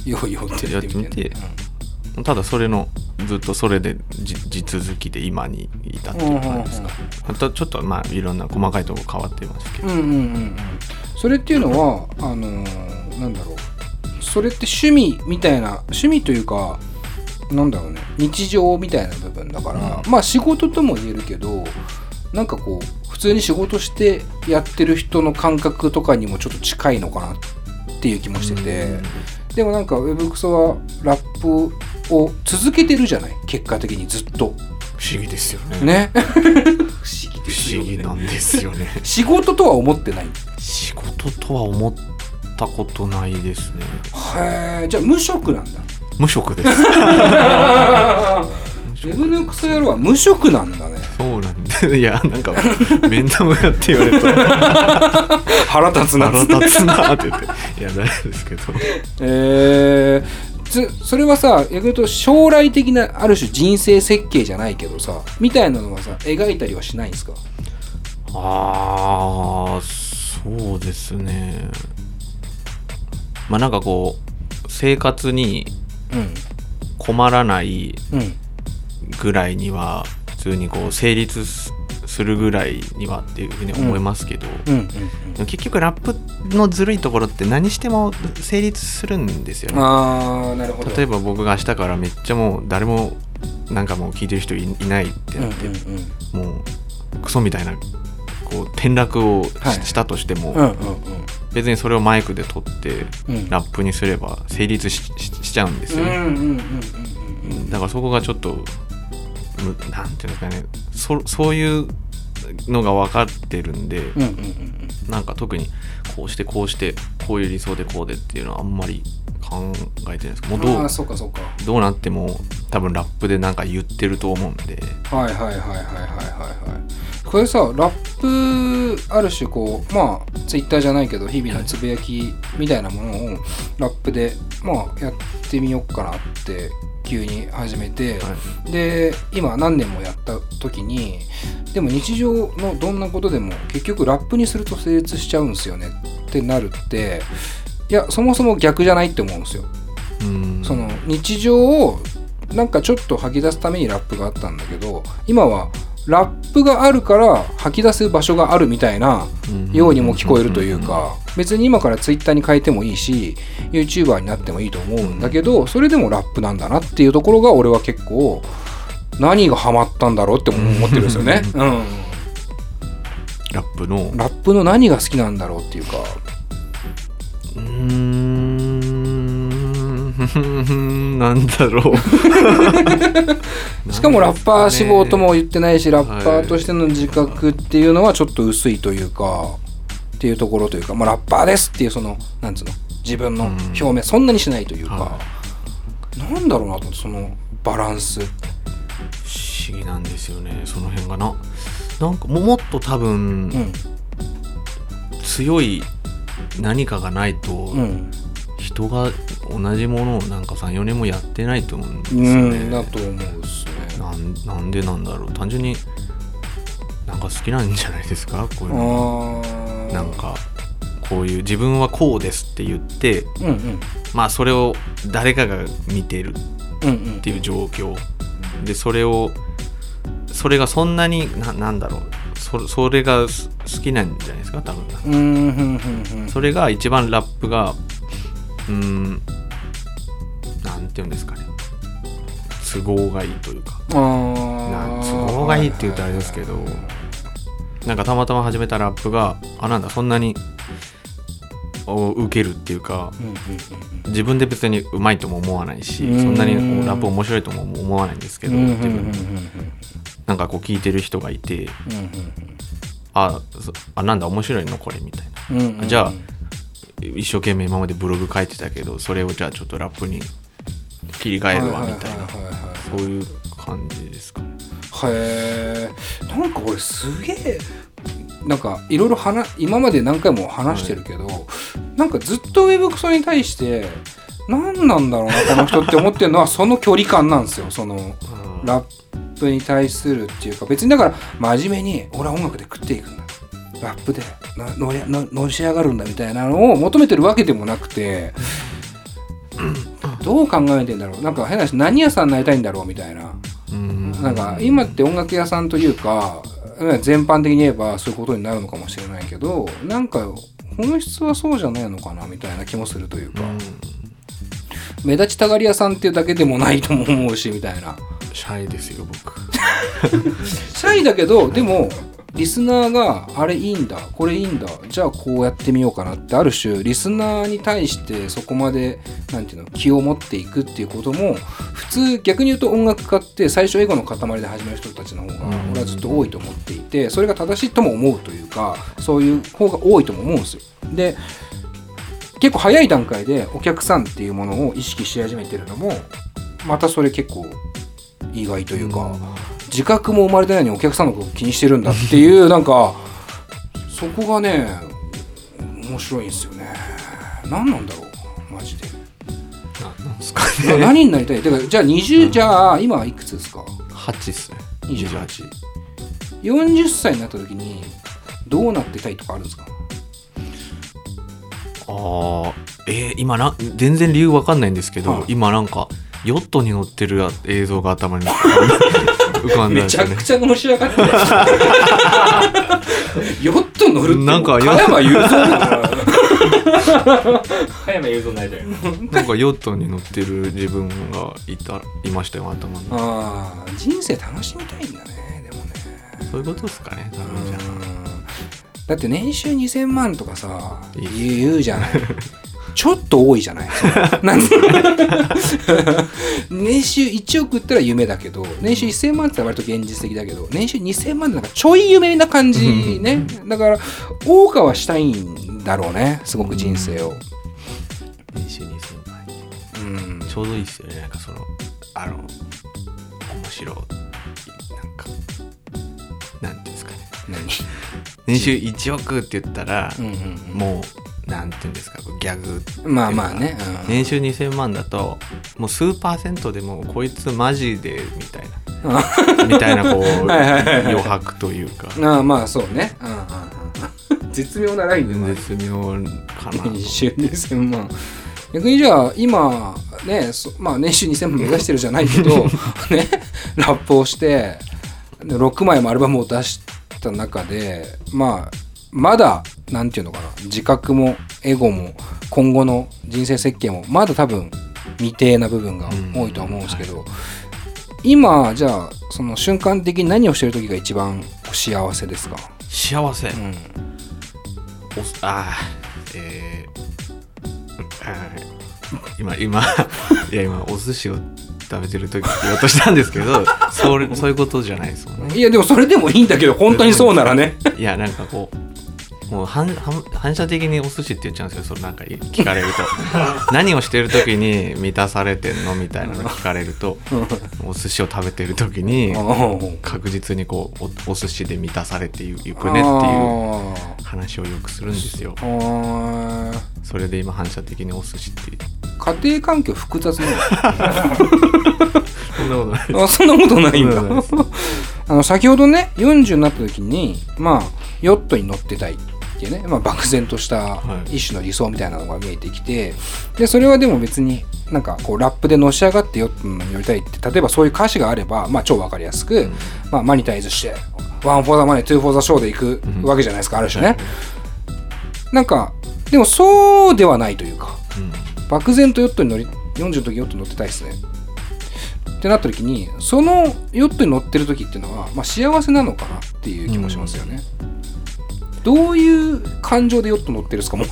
よよってやってみて、うん、ただそれのずっとそれで地続きで今に至ってる感じですか。あとちょっとまあいろんな細かいところ変わってますけど、うんうんうんうん、
それっていうのはあのー、なんだろうそれって趣味みたいな趣味というかなんだろうね日常みたいな部分だから、うん、まあ仕事とも言えるけどなんかこう普通に仕事してやってる人の感覚とかにもちょっと近いのかなっていう気もしてて、うん、でもなんかウェブクソはラップを続けてるじゃない結果的にずっと。
不思議ですよね。
ね不思議
ですよね。不思議なんですよね
仕事とは思ってない。
仕事とは思ったことないですね。
へえじゃあ無職なんだ。
無職です
ウェブのクソ野郎は無職なんだね。
そうなんでいやなんか面倒やって言われたら
腹立つな
腹立つなって言っていや大丈夫ですけど
えー、 つそれはさ逆に言うと将来的なある種人生設計じゃないけどさみたいなのはさ描いたりはしないんですか？
ああそうですね。まあなんかこう生活に困らないぐらいには普通にこう成立するぐらいにはっていうふうに思いますけど、うんうんうんうん、結局ラップのずるいところって何しても成立するんですよね。
あーなるほど。
例えば僕が明日からめっちゃもう誰もなんかもう聞いてる人 い, いないってなって、うんうんうん、もうクソみたいなこう転落を し,、はい、したとしても、うんうんうん、別にそれをマイクで撮ってラップにすれば成立 し, し, しちゃうんですよね。だからそこがちょっとなんていうんですかね そ, そういうのが分かってるんで、うんうんうん、なんか特にこうしてこうしてこういう理想でこうでっていうのはあんまり考えてないですけど、もうど う,
あそうかそうか
どうなっても多分ラップでなんか言ってると思うんで。
はいはいはいはいはいはいはいこれさラップある種こうまあツイッターじゃないけど日々のつぶやきみたいなものをラップでまあやってみようかなって急に始めて、はい、で今何年もやった時にでも日常のどんなことでも結局ラップにすると成立しちゃうんですよねってなるっていやそもそも逆じゃないって思うんですよ。うんその日常をなんかちょっと吐き出すためにラップがあったんだけど今はラップがあるから吐き出す場所があるみたいなようにも聞こえるというか別に今からツイッターに変えてもいいし YouTuber になってもいいと思うんだけどそれでもラップなんだなっていうところが俺は結構何がハマったんだろうって思ってるんですよね、うん、
ラップの
ラップの何が好きなんだろうっていうか
うーんなんだろう
しかもラッパー志望とも言ってないしラッパーとしての自覚っていうのはちょっと薄いというかっていうところというか、まあ、ラッパーですっていうそのなんつうの自分の表明そんなにしないというか、はい、なんだろうなと思ってそのバランス
不思議なんですよねその辺がななんかもっと多分、うん、強い何かがないと、うん人が同じものをなんか さん,よ 年もやってないと思うんですよね。
うんだと思うですね。
なん、なんでなんだろう単純になんか好きなんじゃないですかこういうのなんかこういう自分はこうですって言って、うんうん、まあそれを誰かが見てるっていう状況、うんうん、でそれをそれがそんなに な, なんだろう そ, それが好きなんじゃないですか多分、うんうんうんうん、それが一番ラップがうーんなんていうんですかね都合がいいというかあな都合がいいって言うとあれですけどなんかたまたま始めたラップがあなんだそんなに受けるっていうか、うんうんうん、自分で別にうまいとも思わないし、うんうん、そんなにラップ面白いとも思わないんですけど、うんうんうんうん、なんかこう聞いてる人がいて、うんうんうん、ああなんだ面白いのこれみたいな、うんうんうん、じゃあ一生懸命今までブログ書いてたけどそれをじゃあちょっとラップに切り替えるわみたいなそういう感じですかね。
へえなんか俺すげえなんかいろいろ今まで何回も話してるけど、はい、なんかずっとウェブクソに対して何なんだろうなこの人って思ってるのはその距離感なんですよそのラップに対するっていうか別にだから真面目に俺は音楽で食っていくんだラップでのりののし上がるんだみたいなのを求めてるわけでもなくてどう考えてんだろうなんか変な話何屋さんになりたいんだろうみたいななんか今って音楽屋さんというか全般的に言えばそういうことになるのかもしれないけどなんか本質はそうじゃないのかなみたいな気もするというか目立ちたがり屋さんっていうだけでもないとも思うしみたいな
シャイですよ僕
シャイだけどでもリスナーがあれいいんだこれいいんだじゃあこうやってみようかなってある種リスナーに対してそこまでなんていうの気を持っていくっていうことも普通逆に言うと音楽家って最初エゴの塊で始める人たちの方が俺はずっと多いと思っていてそれが正しいとも思うというかそういう方が多いとも思うんですよ。で結構早い段階でお客さんっていうものを意識し始めてるのもまたそれ結構意外というか自覚も生まれてないのにお客さんのことを気にしてるんだっていうなんかそこがね面白いんですよね。何なんだろうマジで
ですかね。
何になりたい？だからじゃあにじゅう、うん、じゃあ今はいくつですか？
はちですね。
にじゅうはち。よんじゅっさいになった時にどうなってたいとかあるんですか？
あえー、今な全然理由わかんないんですけど、はい、今なんかヨットに乗ってる映像が頭に浮かんだんですよね。
めちゃくちゃのし上がってヨット乗るって
なんか
加山雄三
加山雄三ないだよ。
なんかヨットに乗ってる自分がいたいましたよ頭に。
ああ、人生楽しみたいんだね。でもね。
そういうことですかね。多分じゃあ。
だって年収にせんまんとかさ言うじゃない。ちょっと多いじゃない。なん年収いちおくったら夢だけど、年収せんまんって割と現実的だけど、年収にせんまんってなんかちょい夢な感じね。だから謳歌はしたいんだろうね、すごく人生を。
年収にせんまん、うん、ちょうどいいっすよね。なんかそのあの面白いなんかなんていうんですかね。
何？
年収いちおくって言ったら、うんうんうん、もうなんていうんですか、ギャグ
まあまあね、
うん、年収にせんまんだともう数パーセントでもこいつマジでみたいなみたいなこう余白というか
ああまあそうね、うんうん、絶妙なラインで
絶妙かな。
年収にせんまん逆にじゃあ今ね、まあ年収にせんまん目指してるじゃないけどね、ラップをしてろくまいもアルバムを出した中でまあまだなんていうのかな、自覚もエゴも今後の人生設計もまだ多分未定な部分が多いとは思うんですけど、うんはい、今じゃあその瞬間的に何をしてる時が一番幸せですか？
幸せ、うん、おあえー、あ今今いや今お寿司を食べてる時って言おうとしたんですけどそれそういうことじゃないですもんね。
いやでもそれでもいいんだけど本当にそうならね
いやなんかこうもう 反, 反射的にお寿司って言っちゃうんですよ。それなんか聞かれると何をしてる時に満たされてんのみたいなの聞かれるとお寿司を食べてる時に確実にこう お, お寿司で満たされていくねっていう話をよくするんですよ。それで今反射的にお寿司って
家庭環境複雑な
の
あそんなことないんだあの先ほどねよんじゅうになった時にまあヨットに乗ってたいっていうね、まあ、漠然とした一種の理想みたいなのが見えてきて、でそれはでも別になんかこうラップでのし上がってヨットに乗りたいって例えばそういう歌詞があれば、まあ、超わかりやすく、うんまあ、マニタイズしてワンフォーザマネーツーフォーザショーでいくわけじゃないですか、うん、ある種ね、なんかでもそうではないというか、うん、漠然とヨットに乗りよんじゅうの時ヨットに乗ってたいですねってなった時にそのヨットに乗ってる時っていうのは、まあ、幸せなのかなっていう気もしますよね、うん、どういう感情でヨット乗ってるんですかもう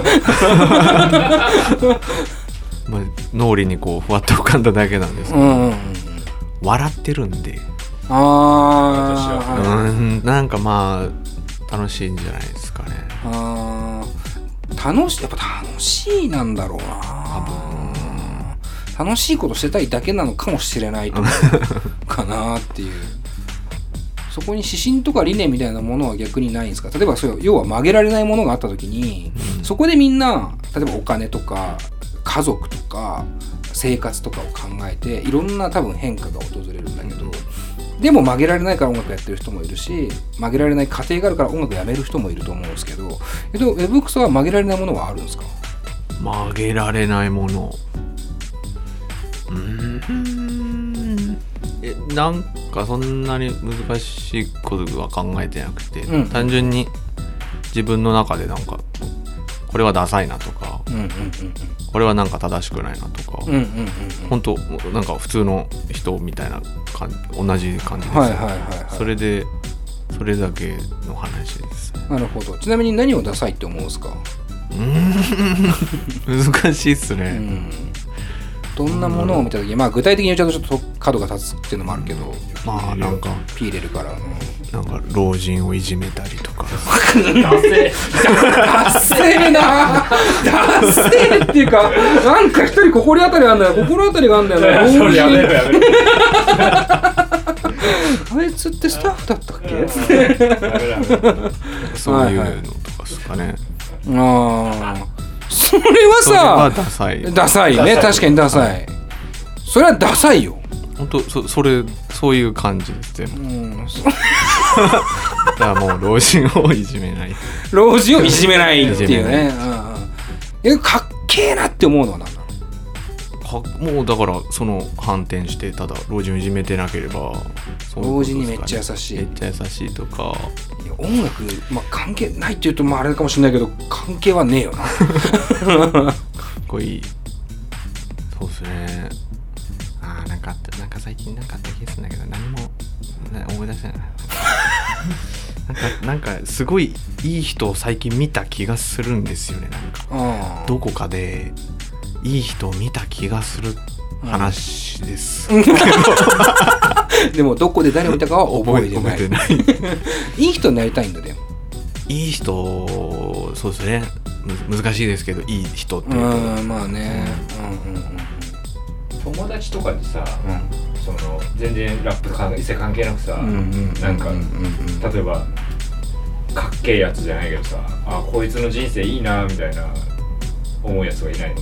まあ脳裏にこうふわっと浮かんだだけなんですけど、うんうんうん、笑ってるんで
あ
うんなんかまあ楽しいんじゃないですかね。
あ楽しやっぱ楽しいなんだろうな多分楽しいことしてたいだけなのかもしれないと思うかなっていうそこに指針とか理念みたいなものは逆にないんですか？例えばそう要は曲げられないものがあった時に、うん、そこでみんな例えばお金とか家族とか生活とかを考えていろんな多分変化が訪れるんだけど、うん、でも曲げられないから音楽やってる人もいるし曲げられない家庭があるから音楽やめる人もいると思うんですけど、えっと、ウェブクソは曲げられないものはあるんですか？
曲げられないものうーんえなんかそんなに難しいことは考えてなくて、うん、単純に自分の中でなんかこれはダサいなとか、うんうんうんうん、これはなんか正しくないなとか、うんうんうんうん、本当なんか普通の人みたいな感じ同じ感じです、はいはいはいはい、それでそれだけの話です。
なるほど。ちなみに何をダサいって思うんですか？
うーん難しいっすね、うん
どんなものを見たときに、まあ具体的に言うとちょっと角が立つっていうのもあるけど、
まあなんか
ピー入れるから、
なんか老人をいじめたりとか。
ダセ
ダセなダセっていうか、なんか一人心当たりあんだよ、心当たりがあんだよね。老人。あいつってスタッフだったっけ？
そういうのとかですかね。
ああ。 それはさ
それはダサい
ダサいね。確かにダサい、はい、それはダサいよ
本当。そそれそういう感じです全部。うんだからもう老人をいじめない
老人をいじめないっていうねうん、うん、かっけえなって思うのは何だろ
う。もうだからその反転してただ老人をいじめてなければ
そういうことですかね。老人にめっちゃ優しい
めっちゃ優しいとか。
いや音楽、まあ、関係ないっていうとまああれかもしれないけど関係はねえよな
かっこいい。そうですね。あーなんかあったなんか最近なんかあった気がするんだけど何も思い出せないなんかなんかすごいいい人を最近見た気がするんですよね。なんかどこかでいい人を見た気がする話です、うん、
でもどこで誰を見たかは覚えてない。覚えてないいい人になりたいんだ。でも
いい人そうですね難しいですけどいい人っていうと
うんまあね、うんうんうん
うん、友達とかでさ、うん、その全然ラップとか一切関係なくさ、うんうん、なんか、うんうん、例えばかっけえやつじゃないけどさあこいつの人生いいなみたいな思うやつはいないの？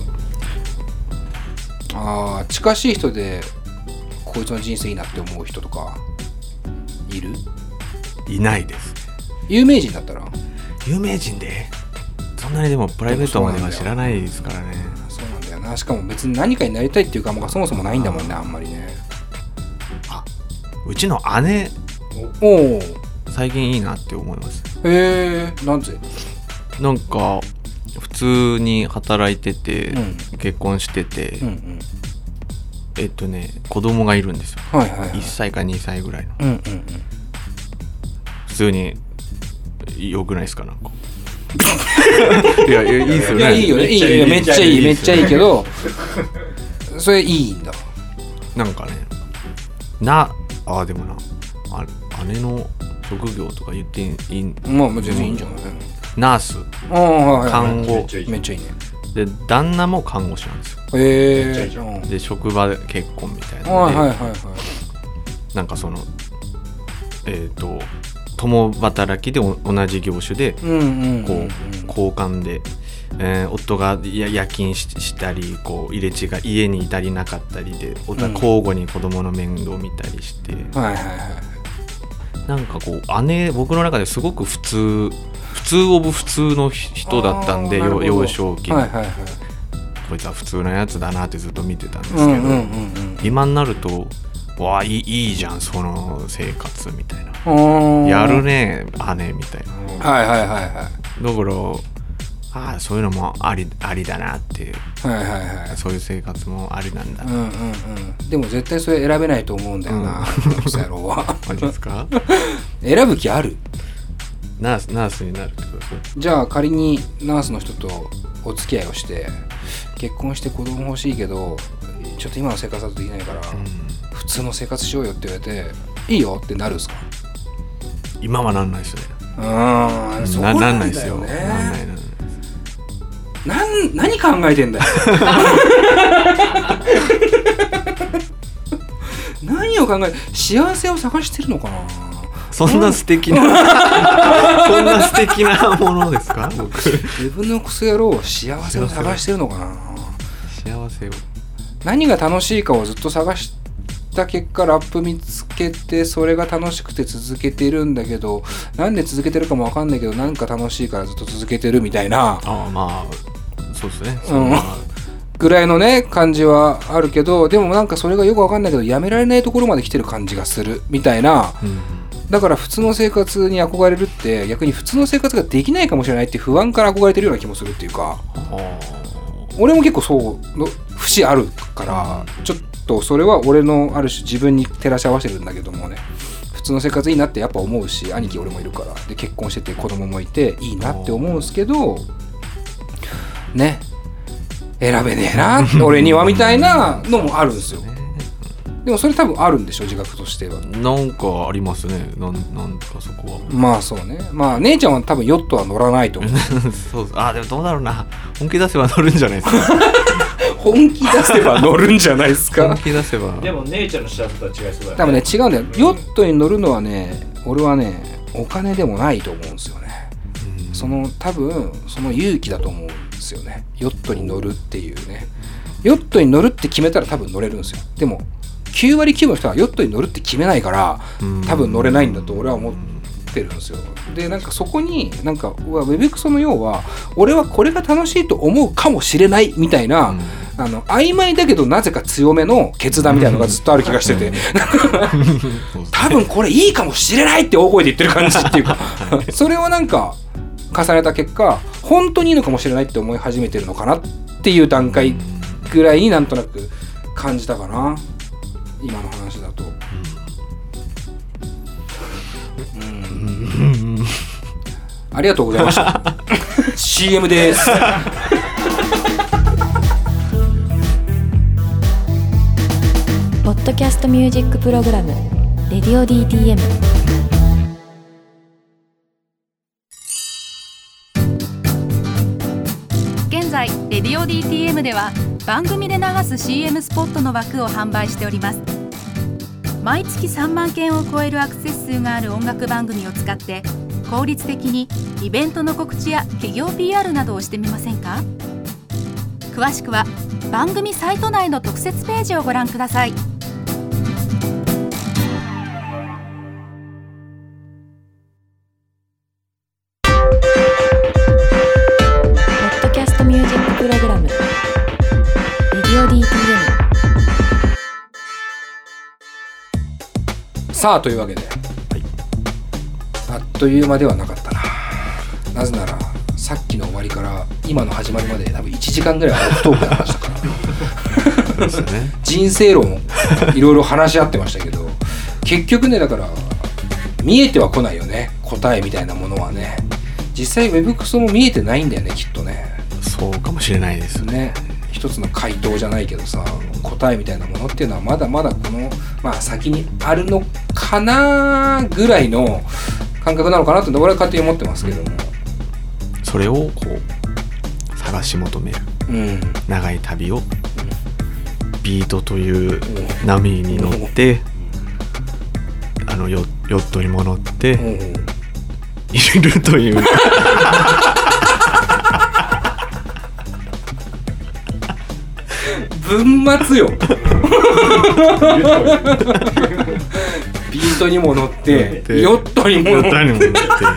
あー近しい人でこいつの人生いいなって思う人とかいる？
いないです。
有名人だったら？
有名人でそんなにでもプライベートまでは知らないですからね。
そうなんだよな。しかも別に何かになりたいっていうかもそもそもないんだもんね。あんまりね。
あうちの姉
おお
最近いいなって思います。
へえなんで？
なんか普通に働いてて、うん、結婚してて、うんうん、えっとね子供がいるんですよ、はいはいはい、いっさいかにさいぐらいの、うんうんうん、普通に良くないですかなんかいやいやいいですよね。いやいいよね。いいよ
めっちゃいいめっちゃいいけどそれいいんだ。
なんかねなあでもなあ姉の職業とか言っていい？
まあ全然いいんじゃない？
ナース、看護、
めっちゃいいね。
で旦那も看護師なんですよ。
へ
え。で職場で結婚みたいなので、
はいはいはいはい、
なんかそのえっ、ー、と共働きで同じ業種でこう交換で、えー、夫が夜勤 し, したりこう入れ違い家にいたりなかったりで交互に子供の面倒を見たりして、うん、はいはいはい、なんかこう姉僕の中ですごく普通普通オブ普通の人だったんで幼少期に、はいはいはい、こいつは普通のやつだなってずっと見てたんですけど、うんうんうんうん、今になるとわあいい、いいじゃんその生活みたいなやるね姉みたいな、
はいはいはいはい
だからああそういうのもありありだなっていう、はいはいはい、そういう生活もありなんだ、うんうん
うん、でも絶対それ選べないと思うんだよな、うん、そやろうは
マジですか
選ぶ気ある？
ナース、ナースになるってことですね。
じゃあ仮にナースの人とお付き合いをして結婚して子供欲しいけどちょっと今の生活だとできないから、うん、普通の生活しようよって言われていいよってなるんですか？
今はなんないですね。
ああ、そうなんだよね。なんないですよ。なんないなんない。なん何考えてんだよ。何を考え幸せを探してるのかな。
そんな素敵なそんな素敵なものですか？僕
自分のクソ野郎幸せを探してるのかな。
幸せを
何が楽しいかをずっと探した結果ラップ見つけてそれが楽しくて続けてるんだけどなんで続けてるかも分かんないけどなんか楽しいからずっと続けてるみたいな。
ああまあそうですね、
うん、ぐらいのね感じはあるけどでもなんかそれがよく分かんないけどやめられないところまで来てる感じがするみたいな、うん、だから普通の生活に憧れるって逆に普通の生活ができないかもしれないって不安から憧れてるような気もするっていうか、俺も結構そうの節あるからちょっとそれは俺のある種自分に照らし合わせてるんだけどもね、普通の生活いいなってやっぱ思うし兄貴俺もいるからで結婚してて子供もいていいなって思うんですけどね選べねえな俺にはみたいなのもあるんですよ。でもそれ多分あるんでしょ自覚としては。
なんかありますね。なんなんかそこは。
まあそうね。まあ姉ちゃんは多分ヨットは乗らないと思う。
そうです。あでもどうだろうな。本気出せば乗るんじゃないですか。
本気出せば乗るんじゃないですか。
本気出せば。
でも姉ちゃんの幸せとは違いそうだよね。
多分ね違うんだよ。ヨットに乗るのはね、俺はねお金でもないと思うんですよね。うん、その多分その勇気だと思うんですよね。ヨットに乗るっていうね。ヨットに乗るって決めたら多分乗れるんですよ。でもきゅう割きゅうの人はヨットに乗るって決めないから多分乗れないんだと俺は思ってるんですよ。でなんかそこになんかウェブクソの要は俺はこれが楽しいと思うかもしれないみたいな、うん、あの曖昧だけどなぜか強めの決断みたいなのがずっとある気がしてて多分これいいかもしれないって大声で言ってる感じっていうかそれをなんか重ねた結果本当にいいのかもしれないって思い始めてるのかなっていう段階ぐらいになんとなく感じたかな今の話だと、うん、ありがとうございましたシーエム です
ポッドキャストミュージックプログラムレディオ ディーティーエム。
現在レディオ ディーティーエム では番組で流す シーエム スポットの枠を販売しております。毎月さんまんけんを超えるアクセス数がある音楽番組を使って効率的にイベントの告知や企業 ピーアール などをしてみませんか？詳しくは番組サイト内の特設ページをご覧ください。ポ
ッドキャストミュージックプログラムレディオ ディーティーエム。
さあというわけで、はい、あっという間ではなかったな。なぜならさっきの終わりから今の始まりまで多分いちじかんぐらいオフトークになりましたからですよね。人生論いろいろ話し合ってましたけど結局ねだから見えてはこないよね答えみたいなものはね。実際ウェブクソも見えてないんだよねきっとね。
そうかもしれないです
ね。一つの回答じゃないけどさ答えみたいなものっていうのはまだまだこの、まあ、先にあるのかなぐらいの感覚なのかなと俺は勝手に思ってますけども、
それをこう探し求める、うん、長い旅を、うん、ビートという波に乗って、うん、あの ヨ, ヨットにも乗って、うん、いるという
文末よビートにも乗ってヨットにも乗って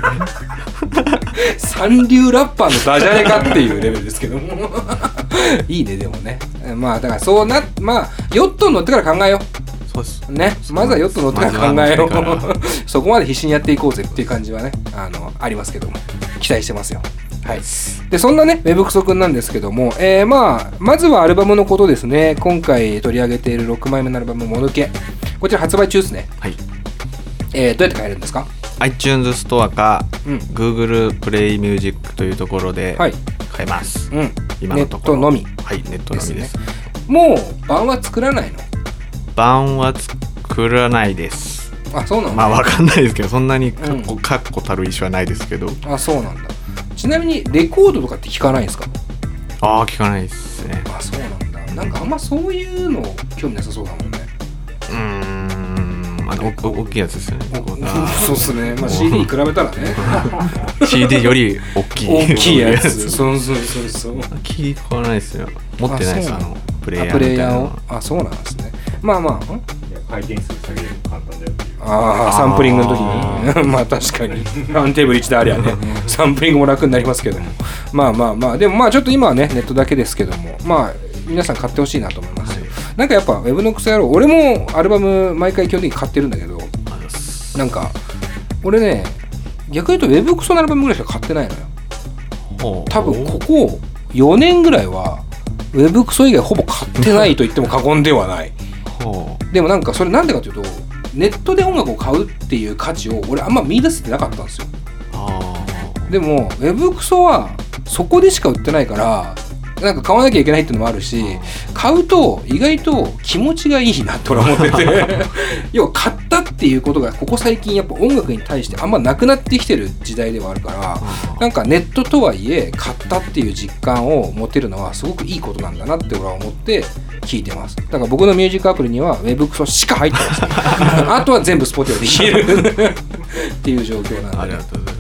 三流ラッパーのダジャレかっていうレベルですけどもいいね。でもねまあだからそうなまあヨットに乗ってから考えよう。そうですね。まずはヨット乗ってから考えようそこまで必死にやっていこうぜっていう感じはね あのありますけども期待してますよ。はい、でそんなねウェブクソくんなんですけども、えーまあ、まずはアルバムのことですね。今回取り上げているろくまいめのアルバムもぬけ、こちら発売中ですね。はい、えー、どうやって買えるんですか？
iTunes ストアか、うん、Google プレイミュージックというところで買えます、はい、うん、今のところ
ネットのみ。
はい、ネットのみです。
もう版は作らないの？
版は作らないです。
あ、そうなんだ。
まあわかんないですけどそんなに確固たる意思はないですけど、うん、
あ、そうなんだ。ちなみにレコードとかって聞かないんですか？
ああ、聞かないですね。
あ、そうなんだ。なんかあんまそういうの興味なさそうだもんね。
うーん、あの大きいやつですよね。
そうですね。まあ シーディー に比べたらね
シーディー より大きい
大きいやつそうそうそうそう
聞かないですよ。持ってないです。あのプレイヤーみたいな。
プレイヤーを。あ、そうなんですね。まあまあ
回転数下げるの簡単だよっていう。
ああ、サンプリングの時にまあ確かにラウンテーブルいちでありゃねサンプリングも楽になりますけども、まあまあまあでもまあちょっと今はねネットだけですけども、まあ皆さん買ってほしいなと思いますよ。なんかやっぱウェブのクソ野郎、俺もアルバム毎回基本的に買ってるんだけど、なんか俺ね逆に言うとウェブクソのアルバムぐらいしか買ってないのよ。多分ここよねんぐらいはウェブクソ以外ほぼ買ってないと言っても過言ではないでもなんかそれなんでかというとネットで音楽を買うっていう価値を俺あんま見出せてなかったんですよ。あでもウェブクソはそこでしか売ってないからなんか買わなきゃいけないっていうのもあるし、買うと意外と気持ちがいいなと思ってて要は買ったっていうことがここ最近やっぱ音楽に対してあんまなくなってきてる時代ではあるから、なんかネットとはいえ買ったっていう実感を持てるのはすごくいいことなんだなって俺は思って聞いてます。だから僕のミュージックアプリにはウェブクソしか入ってますあとは全部 Spotify で聴けるっていう状況なんで、ありがとうございます。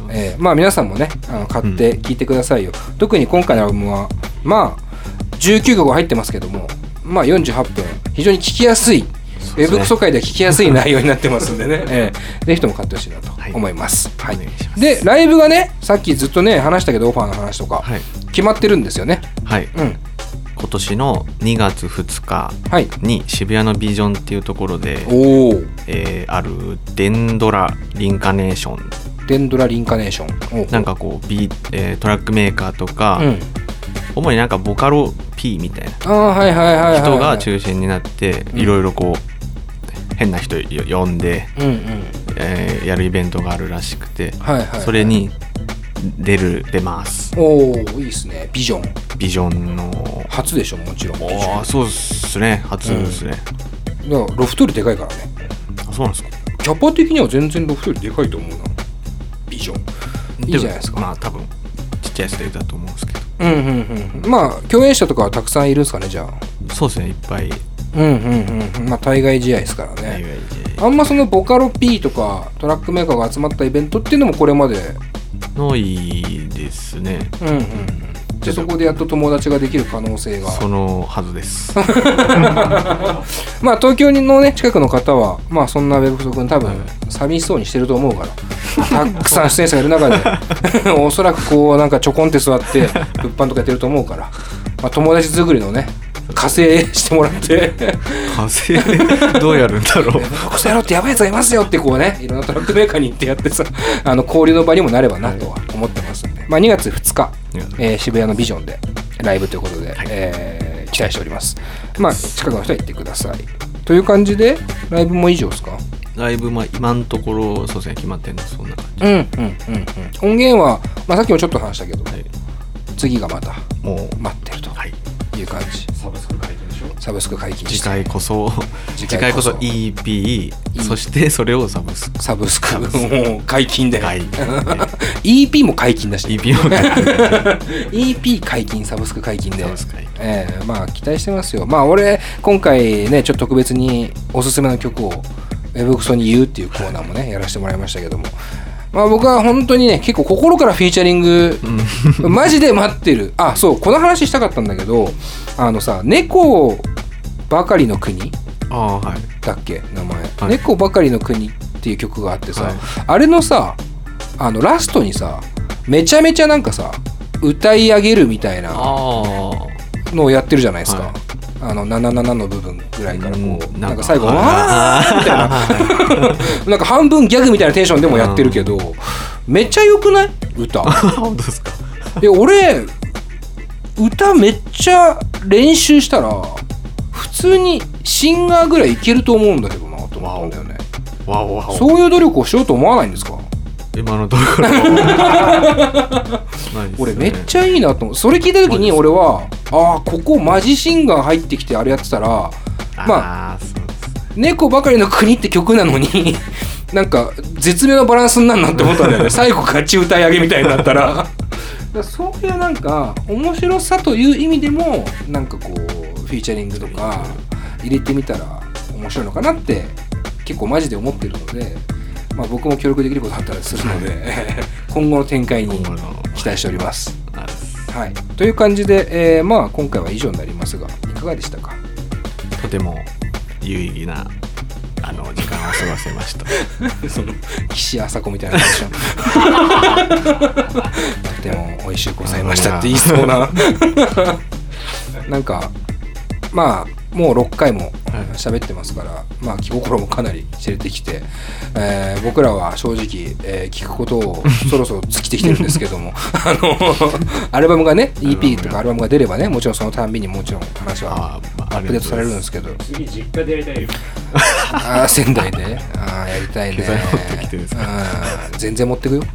えー、まあ皆さんもねあの買って聴いてくださいよ、うん、特に今回のアルバムはまあじゅうきゅうきょく入ってますけども、まあよんじゅうはっぷん非常に聴きやすい、ウェブクソ界では聴きやすい内容になってますんでね、えー、ぜひとも買ってほしいなと思います、はいはい、でライブがねさっきずっとね話したけどオファーの話とか、はい、決まってるんですよね。
はい、うん、今年のにがつふつかに渋谷のビジョンっていうところで、はい、えー、あるデンドラリンカネーション
デンドラリンカネーション
なんかこう、ビーえー、トラックメーカーとか、うん、主になんかボカロ P みたいな人が中心になっていろいろこう変な人呼んで、うんうん、えー、やるイベントがあるらしくて、はいはいはい、それに出る出ます。
おー、いいですね。ビジョン
ビジョンの
初でしょ、もちろん。
ああ、そうですね、初ですね、
うん、いやロフトよりでかいからね。
あ、そうなんですか。
キャパ的には全然ロフトよりでかいと思うな。ビジョンいいじゃないですか。
まあ多分ちっちゃいステージだと思うんですけど、
うんうんうん、まあ共演者とかはたくさんいるんですかね。じゃ
あそうですね、いっぱい。
うんうんうん、まあ対外試合ですからね。あんまそのボカロ P とかトラックメーカーが集まったイベントっていうのもこれまで
ないですね。うんうんうん。
でそこでやっと友達ができる可能性が
そのはずです。
まあ東京のね近くの方はまあそんなウェブ不足に多分寂しそうにしてると思うからたくさん出演者がいる中でおそらくこうなんかちょこんって座って物販とかやってると思うから、まあ、友達作りのね加勢してもらって
加勢どうやるんだろう
こそやろうってやばいやつがいますよってこうねいろんなトラックメーカーに行ってやってさあの交流の場にもなればなとは思ってますんで、まあ、にがつふつか、えー、渋谷のビジョンでライブということで、はい、えー、期待しております。まあ近くの人は行ってくださいという感じでライブも以上ですか。
ライブも今のところそうですね決まってるのそんな感じ。
うんうんうんうん。音源は、まあ、さっきもちょっと話したけど、はい、次がまたもう待ってるという感じ。
サブスク解禁でしょ。
サブスク解禁して
次回こそ次回こそ イーピー そしてそれをサブスク
サブスクもう解禁で、はい、イーピー も解禁だし、ね、
イーピー も解
禁イーピー 解禁サブスク解禁で、えー、まあ期待してますよ。まあ俺今回ねちょっと特別におすすめの曲をウェブクソに言うっていうコーナーもねやらせてもらいましたけども、まあ僕は本当にね結構心からフィーチャリングマジで待ってる。あ、そうこの話したかったんだけど、あのさ猫ばかりの国
あ、はい、
だっけ名前、
はい、
猫ばかりの国っていう曲があってさ、
はい、
あれのさあのラストにさめちゃめちゃなんかさ歌い上げるみたいなのをやってるじゃないですか、はい、あのななななの部分ぐらいからこう、うん、なんか最後わーみたいななんか半分ギャグみたいなテンションでもやってるけど、うん、めっちゃ良くない歌
本当ですか。
で俺歌めっちゃ練習したら普通にシンガーぐらいいけると思うんだけどなと思ったんだよね。
わおわお。
そういう努力をしようと思わないんですか。
今のところ
俺めっちゃいいなと思う。それ聞いた時に俺はああここマジシンガー入ってきてあれやってたらまあ猫ばかりの国って曲なのになんか絶妙なバランスになるなって思ったんだよね最後ガチ歌い上げみたいになったらだそういうなんか面白さという意味でもなんかこうフィーチャリングとか入れてみたら面白いのかなって結構マジで思ってるので、まあ、僕も協力できることあったりするので今後の展開に期待しております。はい、という感じで、えーまあ、今回は以上になりますがいかがでしたか。
とても有意義なあの時間を過ごせました
その岸朝子みたいなテンションとても美味しゅうございましたって言いそうななんかまあもうろっかいも喋ってますから、はい、まあ気心もかなり知れてきて、えー、僕らは正直、えー、聞くことをそろそろ尽きてきてるんですけどもあのアルバムがね イーピー とかアルバムが出ればねもちろんそのたんびにもちろん話はアップデートされるんですけど、
次実家でやりたいよ
あ仙台であやりたいね。あ全然持ってくよ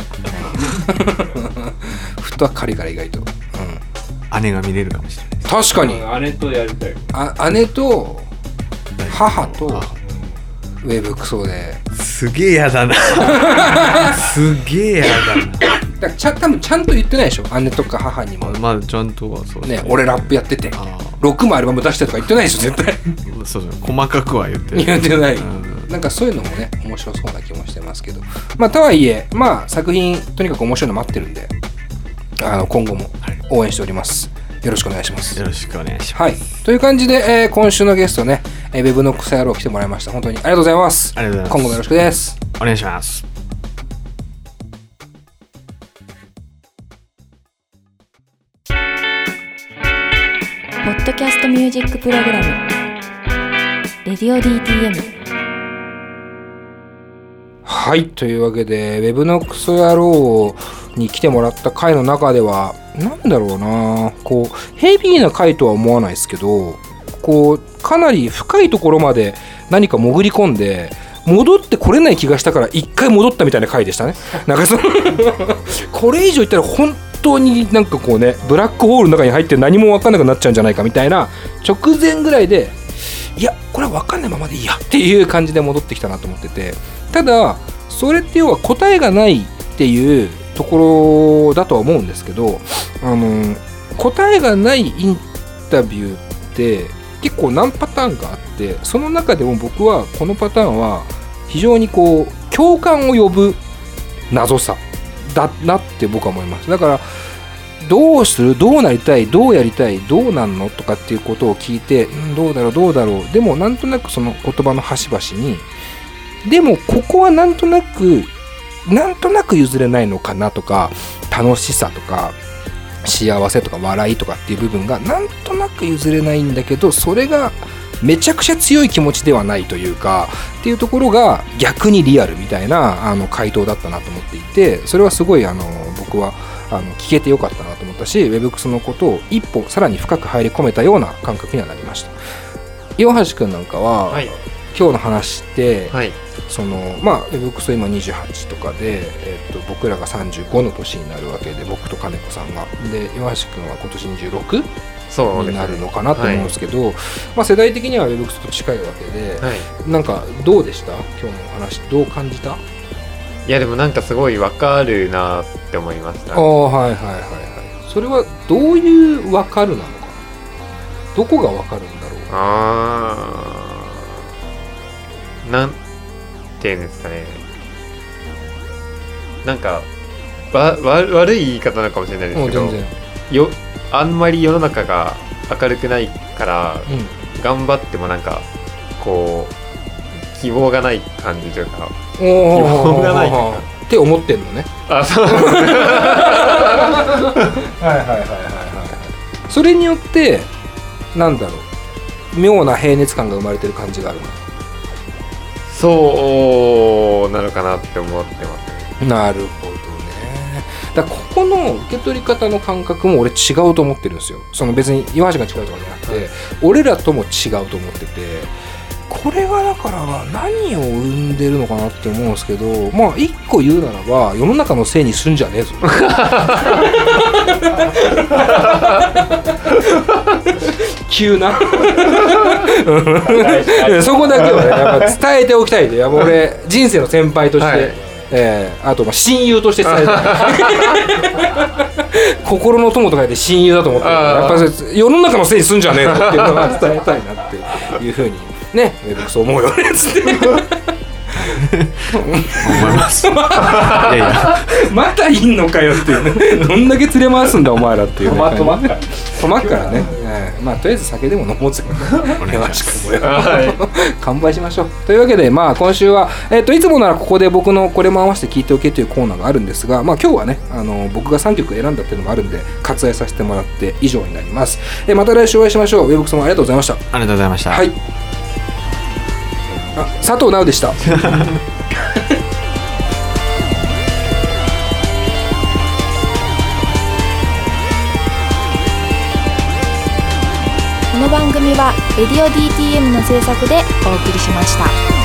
フットは軽いから意外と、うん、
姉が見れるかもしれない。
確かに
姉とやりたい。
あ姉と母とウェブクソです
げえやだなすげえやだな
だからちゃ多分ちゃんと言ってないでしょ姉とか母にも。
まあちゃんとはそう
ね。俺ラップやっててろくもアルバム出してとか言ってないでしょ絶対
そうそう細かくは言ってない
言ってない、うん、 なんかそういうのもね面白そうな気もしてますけど、まあとはいえまあ作品とにかく面白いの待ってるんで、あの今後も応援しております。よろしくお願いします。
よろしくお願いします。
はい。という感じで、えー、今週のゲストね、えー、ウェブのクソ野郎来てもらいました。本当にありがとうございます。
ありがとうございます。
今後もよろしくです。
お願いします。
ポッドキャストミュージックプログラムレディオ ディーティーエム。
はい。というわけで、ウェブのクソ野郎に来てもらった回の中では、なんだろうな、こうヘビーな回とは思わないですけど、こうかなり深いところまで何か潜り込んで戻ってこれない気がしたから一回戻ったみたいな回でしたね。なんかそのこれ以上言ったら本当になんかこうね、ブラックホールの中に入って何も分かんなくなっちゃうんじゃないかみたいな直前ぐらいで、いやこれは分かんないままでいいやっていう感じで戻ってきたなと思ってて、ただそれって要は答えがないっていうところだとは思うんですけど、あの答えがないインタビューって結構何パターンかあって、その中でも僕はこのパターンは非常にこう共感を呼ぶ謎さだなって僕は思います。だからどうする、どうなりたい、どうやりたい、どうなんのとかっていうことを聞いて、んどうだろうどうだろう、でもなんとなくその言葉の端々に、でもここはなんとなくなんとなく譲れないのかなとか、楽しさとか幸せとか笑いとかっていう部分がなんとなく譲れないんだけど、それがめちゃくちゃ強い気持ちではないというかっていうところが逆にリアルみたいなあの回答だったなと思っていて、それはすごいあの僕はあの聞けてよかったなと思ったし、ウェブクソのことを一歩さらに深く入り込めたような感覚にはなりました。岩橋くんなんかは、はい、今日の話って、はい、そのまあウェブクソ今にじゅうはちとかで、えー、と僕らがさんじゅうごの年になるわけで、僕と金子さんがで、岩橋くんは今年にじゅうろくになるのかなと思うんですけど、はい、まあ、世代的にはウェブクソと近いわけで、はい、なんかどうでした？今日のお話どう感じた？
いやでもなんかすごい分かるなって思いました。
ああ、はいはいはいはい。それはどういう分かるなのかな、どこが分かるんだろう。
あー、なんていうんですかね、なんかわわ悪い言い方なのかもしれないですけど、よあんまり世の中が明るくないから、うん、頑張ってもなんかこう希望がない感じというか、希望がない
って思ってんのね。
あ、そうはい
はいはいはいはい。それによってなんだろう、妙な平熱感が生まれてる感じがあるの。
そうなのかなって思ってますね。
なるほどね。だからここの受け取り方の感覚も俺違うと思ってるんですよ。その別に岩橋が違うとかじゃなくて、はい、俺らとも違うと思ってて、これがだから何を生んでるのかなって思うんですけど、まあ一個言うならば世の中のせいにすんじゃねえぞ急なそこだけはねやっぱ伝えておきたいで、やっぱ俺人生の先輩として、はい、えー、あとまあ親友として伝えたい心の友とか言って親友だと思ってる、やっぱ世の中のせいにすんじゃねえぞっていうのは伝えたいなっていうふうにね、僕そう思うよねつって
思いますいやいや
またいんのかよっていうね、どんだけ連れ回すんだお前らっていう、ね、止まっから止まっからね、えー、まあとりあえず酒でも飲もうぜお願いします乾杯しましょう。というわけで、まあ今週は、えー、といつもならここで僕のこれも合わせて聞いておけというコーナーがあるんですが、まあ今日はね、あの僕がさんきょく選んだっていうのもあるんで割愛させてもらって以上になります。えー、また来週お会いしましょう。ウェブクソもありがとうございました。
ありがとうございました。
はい、あ、佐藤直でしたこ
の番組はレディオ ディーティーエム の制作でお送りしました。